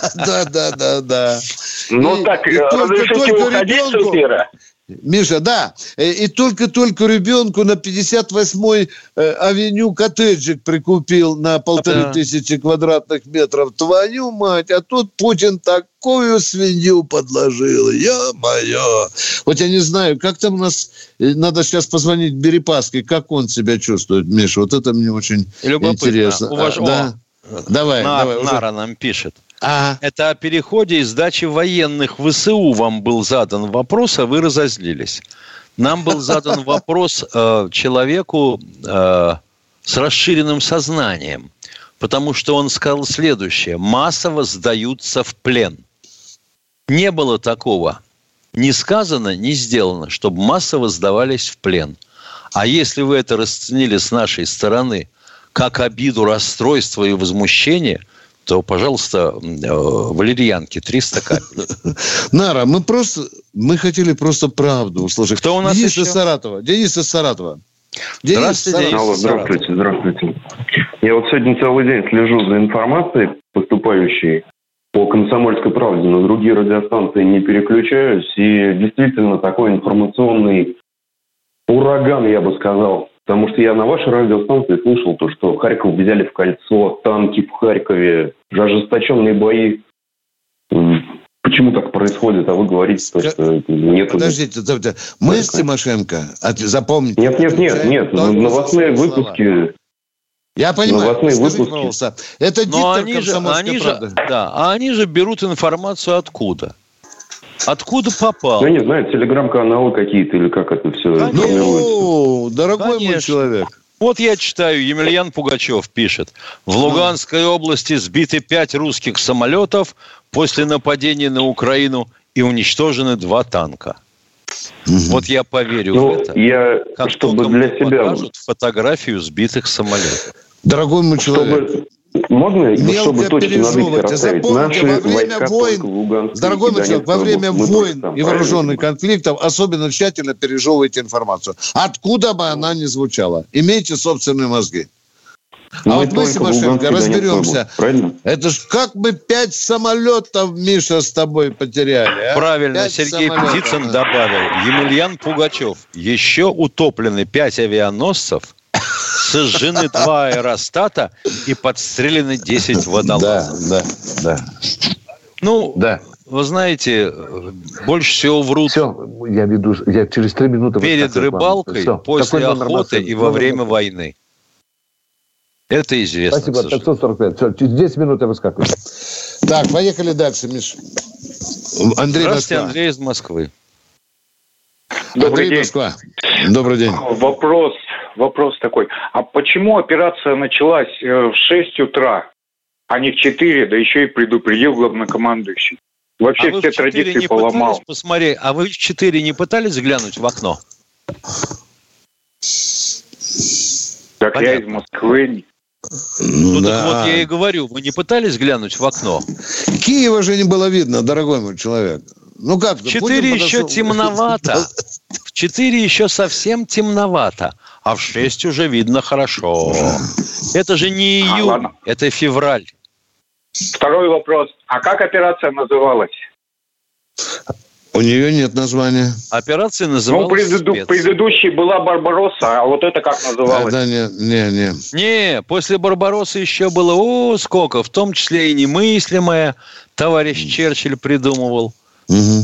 Да. Ну так, разрешите уходить с эфира? Миша, да. И только ребенку на 58-й авеню коттеджик прикупил на 1500 квадратных метров. Твою мать, а тут Путин такую свинью подложил. Ё-моё. Вот я не знаю, как там у нас... Надо сейчас позвонить Берипаске, как он себя чувствует, Миша. Вот это мне очень интересно. Да? Давай. Нара нам пишет. Это о переходе и сдаче военных в ВСУ вам был задан вопрос, а вы разозлились. Нам был задан вопрос человеку с расширенным сознанием, потому что он сказал следующее: массово сдаются в плен. Не было такого. Ни сказано, ни сделано, чтобы массово сдавались в плен. А если вы это расценили с нашей стороны как обиду, расстройство и возмущение, то, пожалуйста, валерьянки 300 капель. Нара, мы хотели просто правду услышать. Кто у нас Денис еще? Денис из Саратова. Здравствуйте. Я вот сегодня целый день слежу за информацией, поступающей по «Комсомольской правде». На другие радиостанции не переключаюсь. И действительно такой информационный ураган, я бы сказал. Потому что я на вашей радиостанции слышал то, что Харьков взяли в кольцо, танки в Харькове, ожесточенные бои. Почему так происходит? А вы говорите, что нет... Подождите, мы с Тимошенко, запомните... Нет, новостные выпуски... Я понимаю, скажите, пожалуйста, это диктор «Комсомольской правды». Да, а они же берут информацию откуда? Откуда попал? Я не знаю, телеграм-каналы какие-то или как это все формируется. Дорогой мой человек. Вот я читаю, Емельян Пугачев пишет. В Луганской области сбиты 5 русских самолетов после нападения на Украину и уничтожены 2 танка. Вот я поверю в это. Как чтобы для себя покажут фотографию сбитых самолетов. Дорогой мой человек. Можно, чтобы точно над их расставить? Наши войска только в Луганске. Дорогой мой человек, во время войн и вооруженных конфликтов особенно тщательно пережевывайте информацию. Откуда бы она ни звучала. Имейте собственные мозги. Вот мы с Тимошенко разберемся. Это ж как мы 5 самолетов, Миша, с тобой потеряли. Правильно, Сергей Птицын добавил. Емельян Пугачев. Еще утоплены 5 авианосцев, сожжены 2 аэростата и подстрелены 10 водолазов. Да. Вы знаете, больше всего врут я через 3 минуты перед рыбалкой, после охоты и во время войны. Это известно. Спасибо, 545. Все, через 10 минут я выскакиваю. Так, поехали дальше, Миш. Андрей, здравствуйте, Андрей из Москвы. Добрый день. Москва. Добрый день. Вопрос такой. А почему операция началась в 6 утра, а не в 4, да еще и предупредил главнокомандующий? Вообще все традиции поломал. Посмотри, а вы в 4 не пытались глянуть в окно? Так понятно. Я из Москвы. Так вот я и говорю, вы не пытались глянуть в окно? Киева же не было видно, дорогой мой человек. Ну как? В 4 еще темновато. В 4 еще совсем темновато. А в 6 уже видно хорошо. Это же не июнь, это февраль. Второй вопрос. А как операция называлась? У нее нет названия. Операция называлась предыдущей была «Барбаросса», а вот это как называлось? Да, не. Не, после «Барбароссы» еще было сколько, в том числе и немыслимое, товарищ Черчилль придумывал. Угу.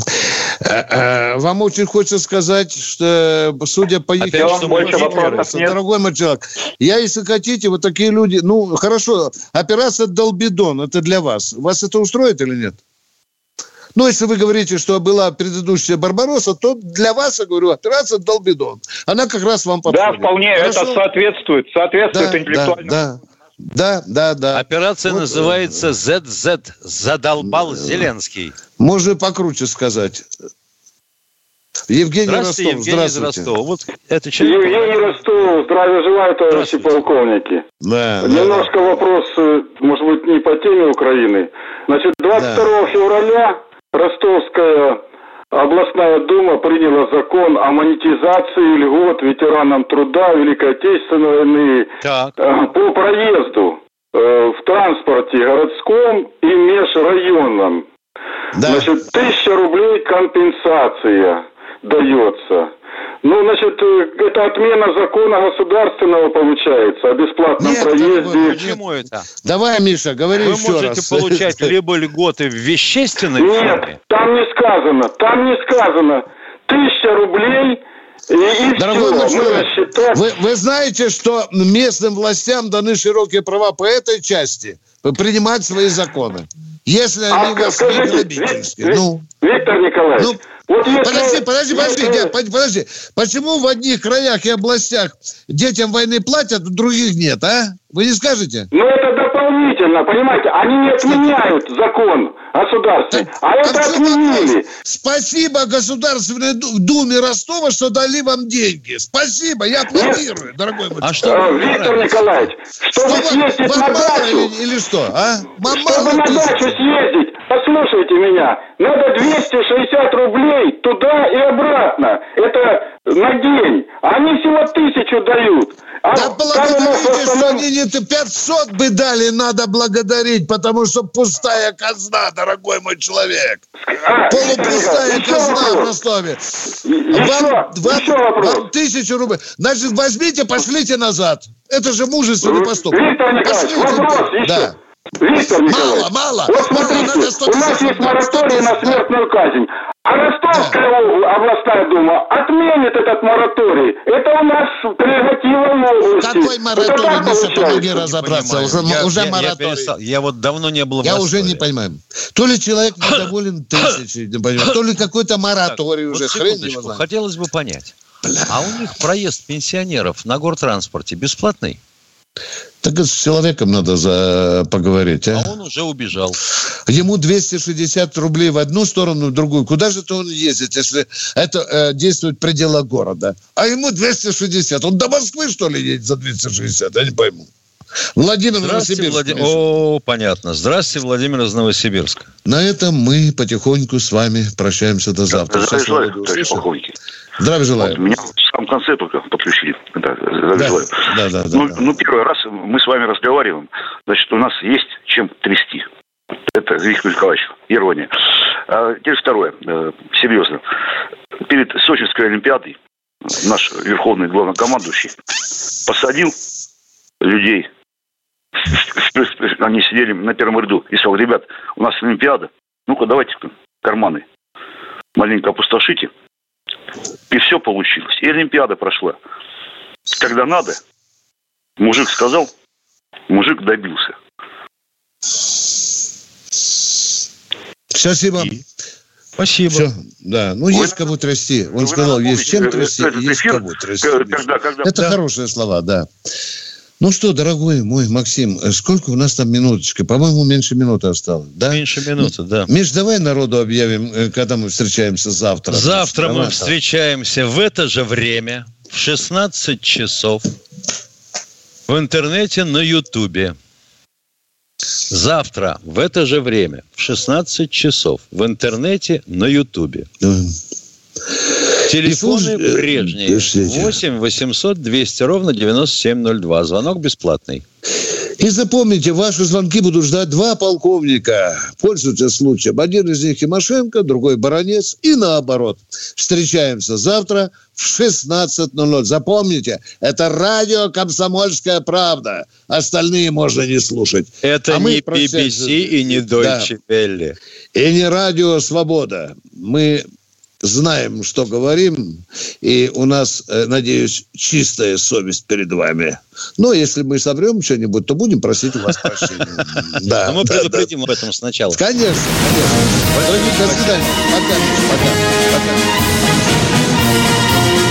Вам очень хочется сказать, что, судя по их... Дорогой мой человек, если хотите, вот такие люди... Ну, хорошо, операция «Долбидон» — это для вас. Вас это устроит или нет? Ну, если вы говорите, что была предыдущая «Барбаросса», то для вас, я говорю, операция «Долбидон». Она как раз вам подходит. Да, вполне, хорошо? Это соответствует интеллектуально. Да. Операция называется «ЗЗ». Задолбал Зеленский. Можно покруче сказать. Евгений Ростов, Евгений здравствуйте. Ростов. Вот это человек... Евгений Ростов, здравия желаю, товарищи полковники. Немножко вопрос, может быть, не по теме Украины. Значит, 22 февраля Ростовская областная дума приняла закон о монетизации льгот ветеранам труда Великой Отечественной войны по проезду в транспорте городском и межрайонном. Значит, 1000 рублей компенсация дается. Ну, значит, это отмена закона государственного получается о бесплатном проезде. Почему это? Давай, Миша, говори еще раз. Вы можете получать либо льготы в вещественной форме. Нет, там не сказано. 1000 рублей и дорогой все. Мой, вы знаете, что местным властям даны широкие права по этой части принимать свои законы. Если они у вас не грабительские. Виктор Николаевич, вот если... Подожди. Почему в одних краях и областях детям войны платят, в других нет, а? Вы не скажете? Ну, это дополнительно, понимаете? Они не отменяют закон государственный, это отменили. Спасибо Государственной Думе Ростова, что дали вам деньги. Спасибо, я аплодирую, дорогой мой человек. Виктор Николаевич, чтобы съездить на дачу... Или что, а? Чтобы на дачу съездить, послушайте меня, надо 260 рублей туда и обратно. Это на день. Они всего 1000 дают. Да благодарите, что они не 500 бы дали, надо благодарить, потому что пустая казна, дорогой мой человек. Полупустая казна в Ростове. Вам 1000 рублей. Значит, возьмите, пошлите назад. Это же мужественный поступок. Виктор Николаевич, вопрос еще. Виктор Николаевич, мало. Вот смотрите, у нас есть мораторий на смертную казнь. А Ростовская областная дума отменит этот мораторий. Это у нас прерогатива области. Какой мораторий, Миша, помоги разобраться. Уже мораторий. Я вот давно не был в Москве. Я уже не понимаю. То ли человек недоволен 1000, то ли какой-то мораторий уже. Хрен его знает. Хотелось бы понять. А у них проезд пенсионеров на гортранспорте бесплатный? Так с человеком надо поговорить, а? А он уже убежал. Ему 260 рублей в одну сторону, в другую. Куда же-то он ездит, если это действует в пределах города? А ему 260. Он до Москвы, что ли, едет за 260? Я не пойму. Владимир Новосибирск. Понятно. Здравствуйте, Владимир из Новосибирска. На этом мы потихоньку с вами прощаемся до завтра. Здравия желаю, товарищ полковник. Здравия желаю. Меня в самом конце только подключили. Здравия желаю. Да. Первый раз мы с вами разговариваем. Значит, у нас есть чем трясти. Это Виктор Николаевич. Ирония. А теперь второе. Серьезно. Перед Сочинской Олимпиадой наш верховный главнокомандующий посадил людей. Они сидели на первом ряду и сказал: ребят, у нас Олимпиада. Ну-ка, давайте карманы маленько опустошите. И все получилось. И Олимпиада прошла. Когда надо, мужик сказал, мужик добился. Спасибо. Спасибо. Все. Да, есть кого трясти. Он сказал, есть чем трясти, есть кого трясти. Это хорошие слова, да. Ну что, дорогой мой Максим, сколько у нас там минуточка? По-моему, меньше минуты осталось, да? Меньше минуты, да. Миш, давай народу объявим, когда мы встречаемся завтра. Завтра мы встречаемся в это же время, в 16 часов, в интернете на Ютубе. Завтра в это же время, в 16 часов, в интернете на Ютубе. Телефоны прежние. 8 800 200 ровно 9702. Звонок бесплатный. И запомните, ваши звонки будут ждать 2 полковника. Пользуйтесь случаем. Один из них Тимошенко, другой Баранец. И наоборот. Встречаемся завтра в 16:00. Запомните, это радио «Комсомольская правда». Остальные можно не слушать. Это не BBC и не Deutsche Welle. И не радио «Свобода». Мы знаем, что говорим, и у нас, надеюсь, чистая совесть перед вами. Но если мы соврем что-нибудь, то будем просить у вас прощения. Да, мы предупредим об этом сначала. Конечно. Дорогие, до свидания. Пока.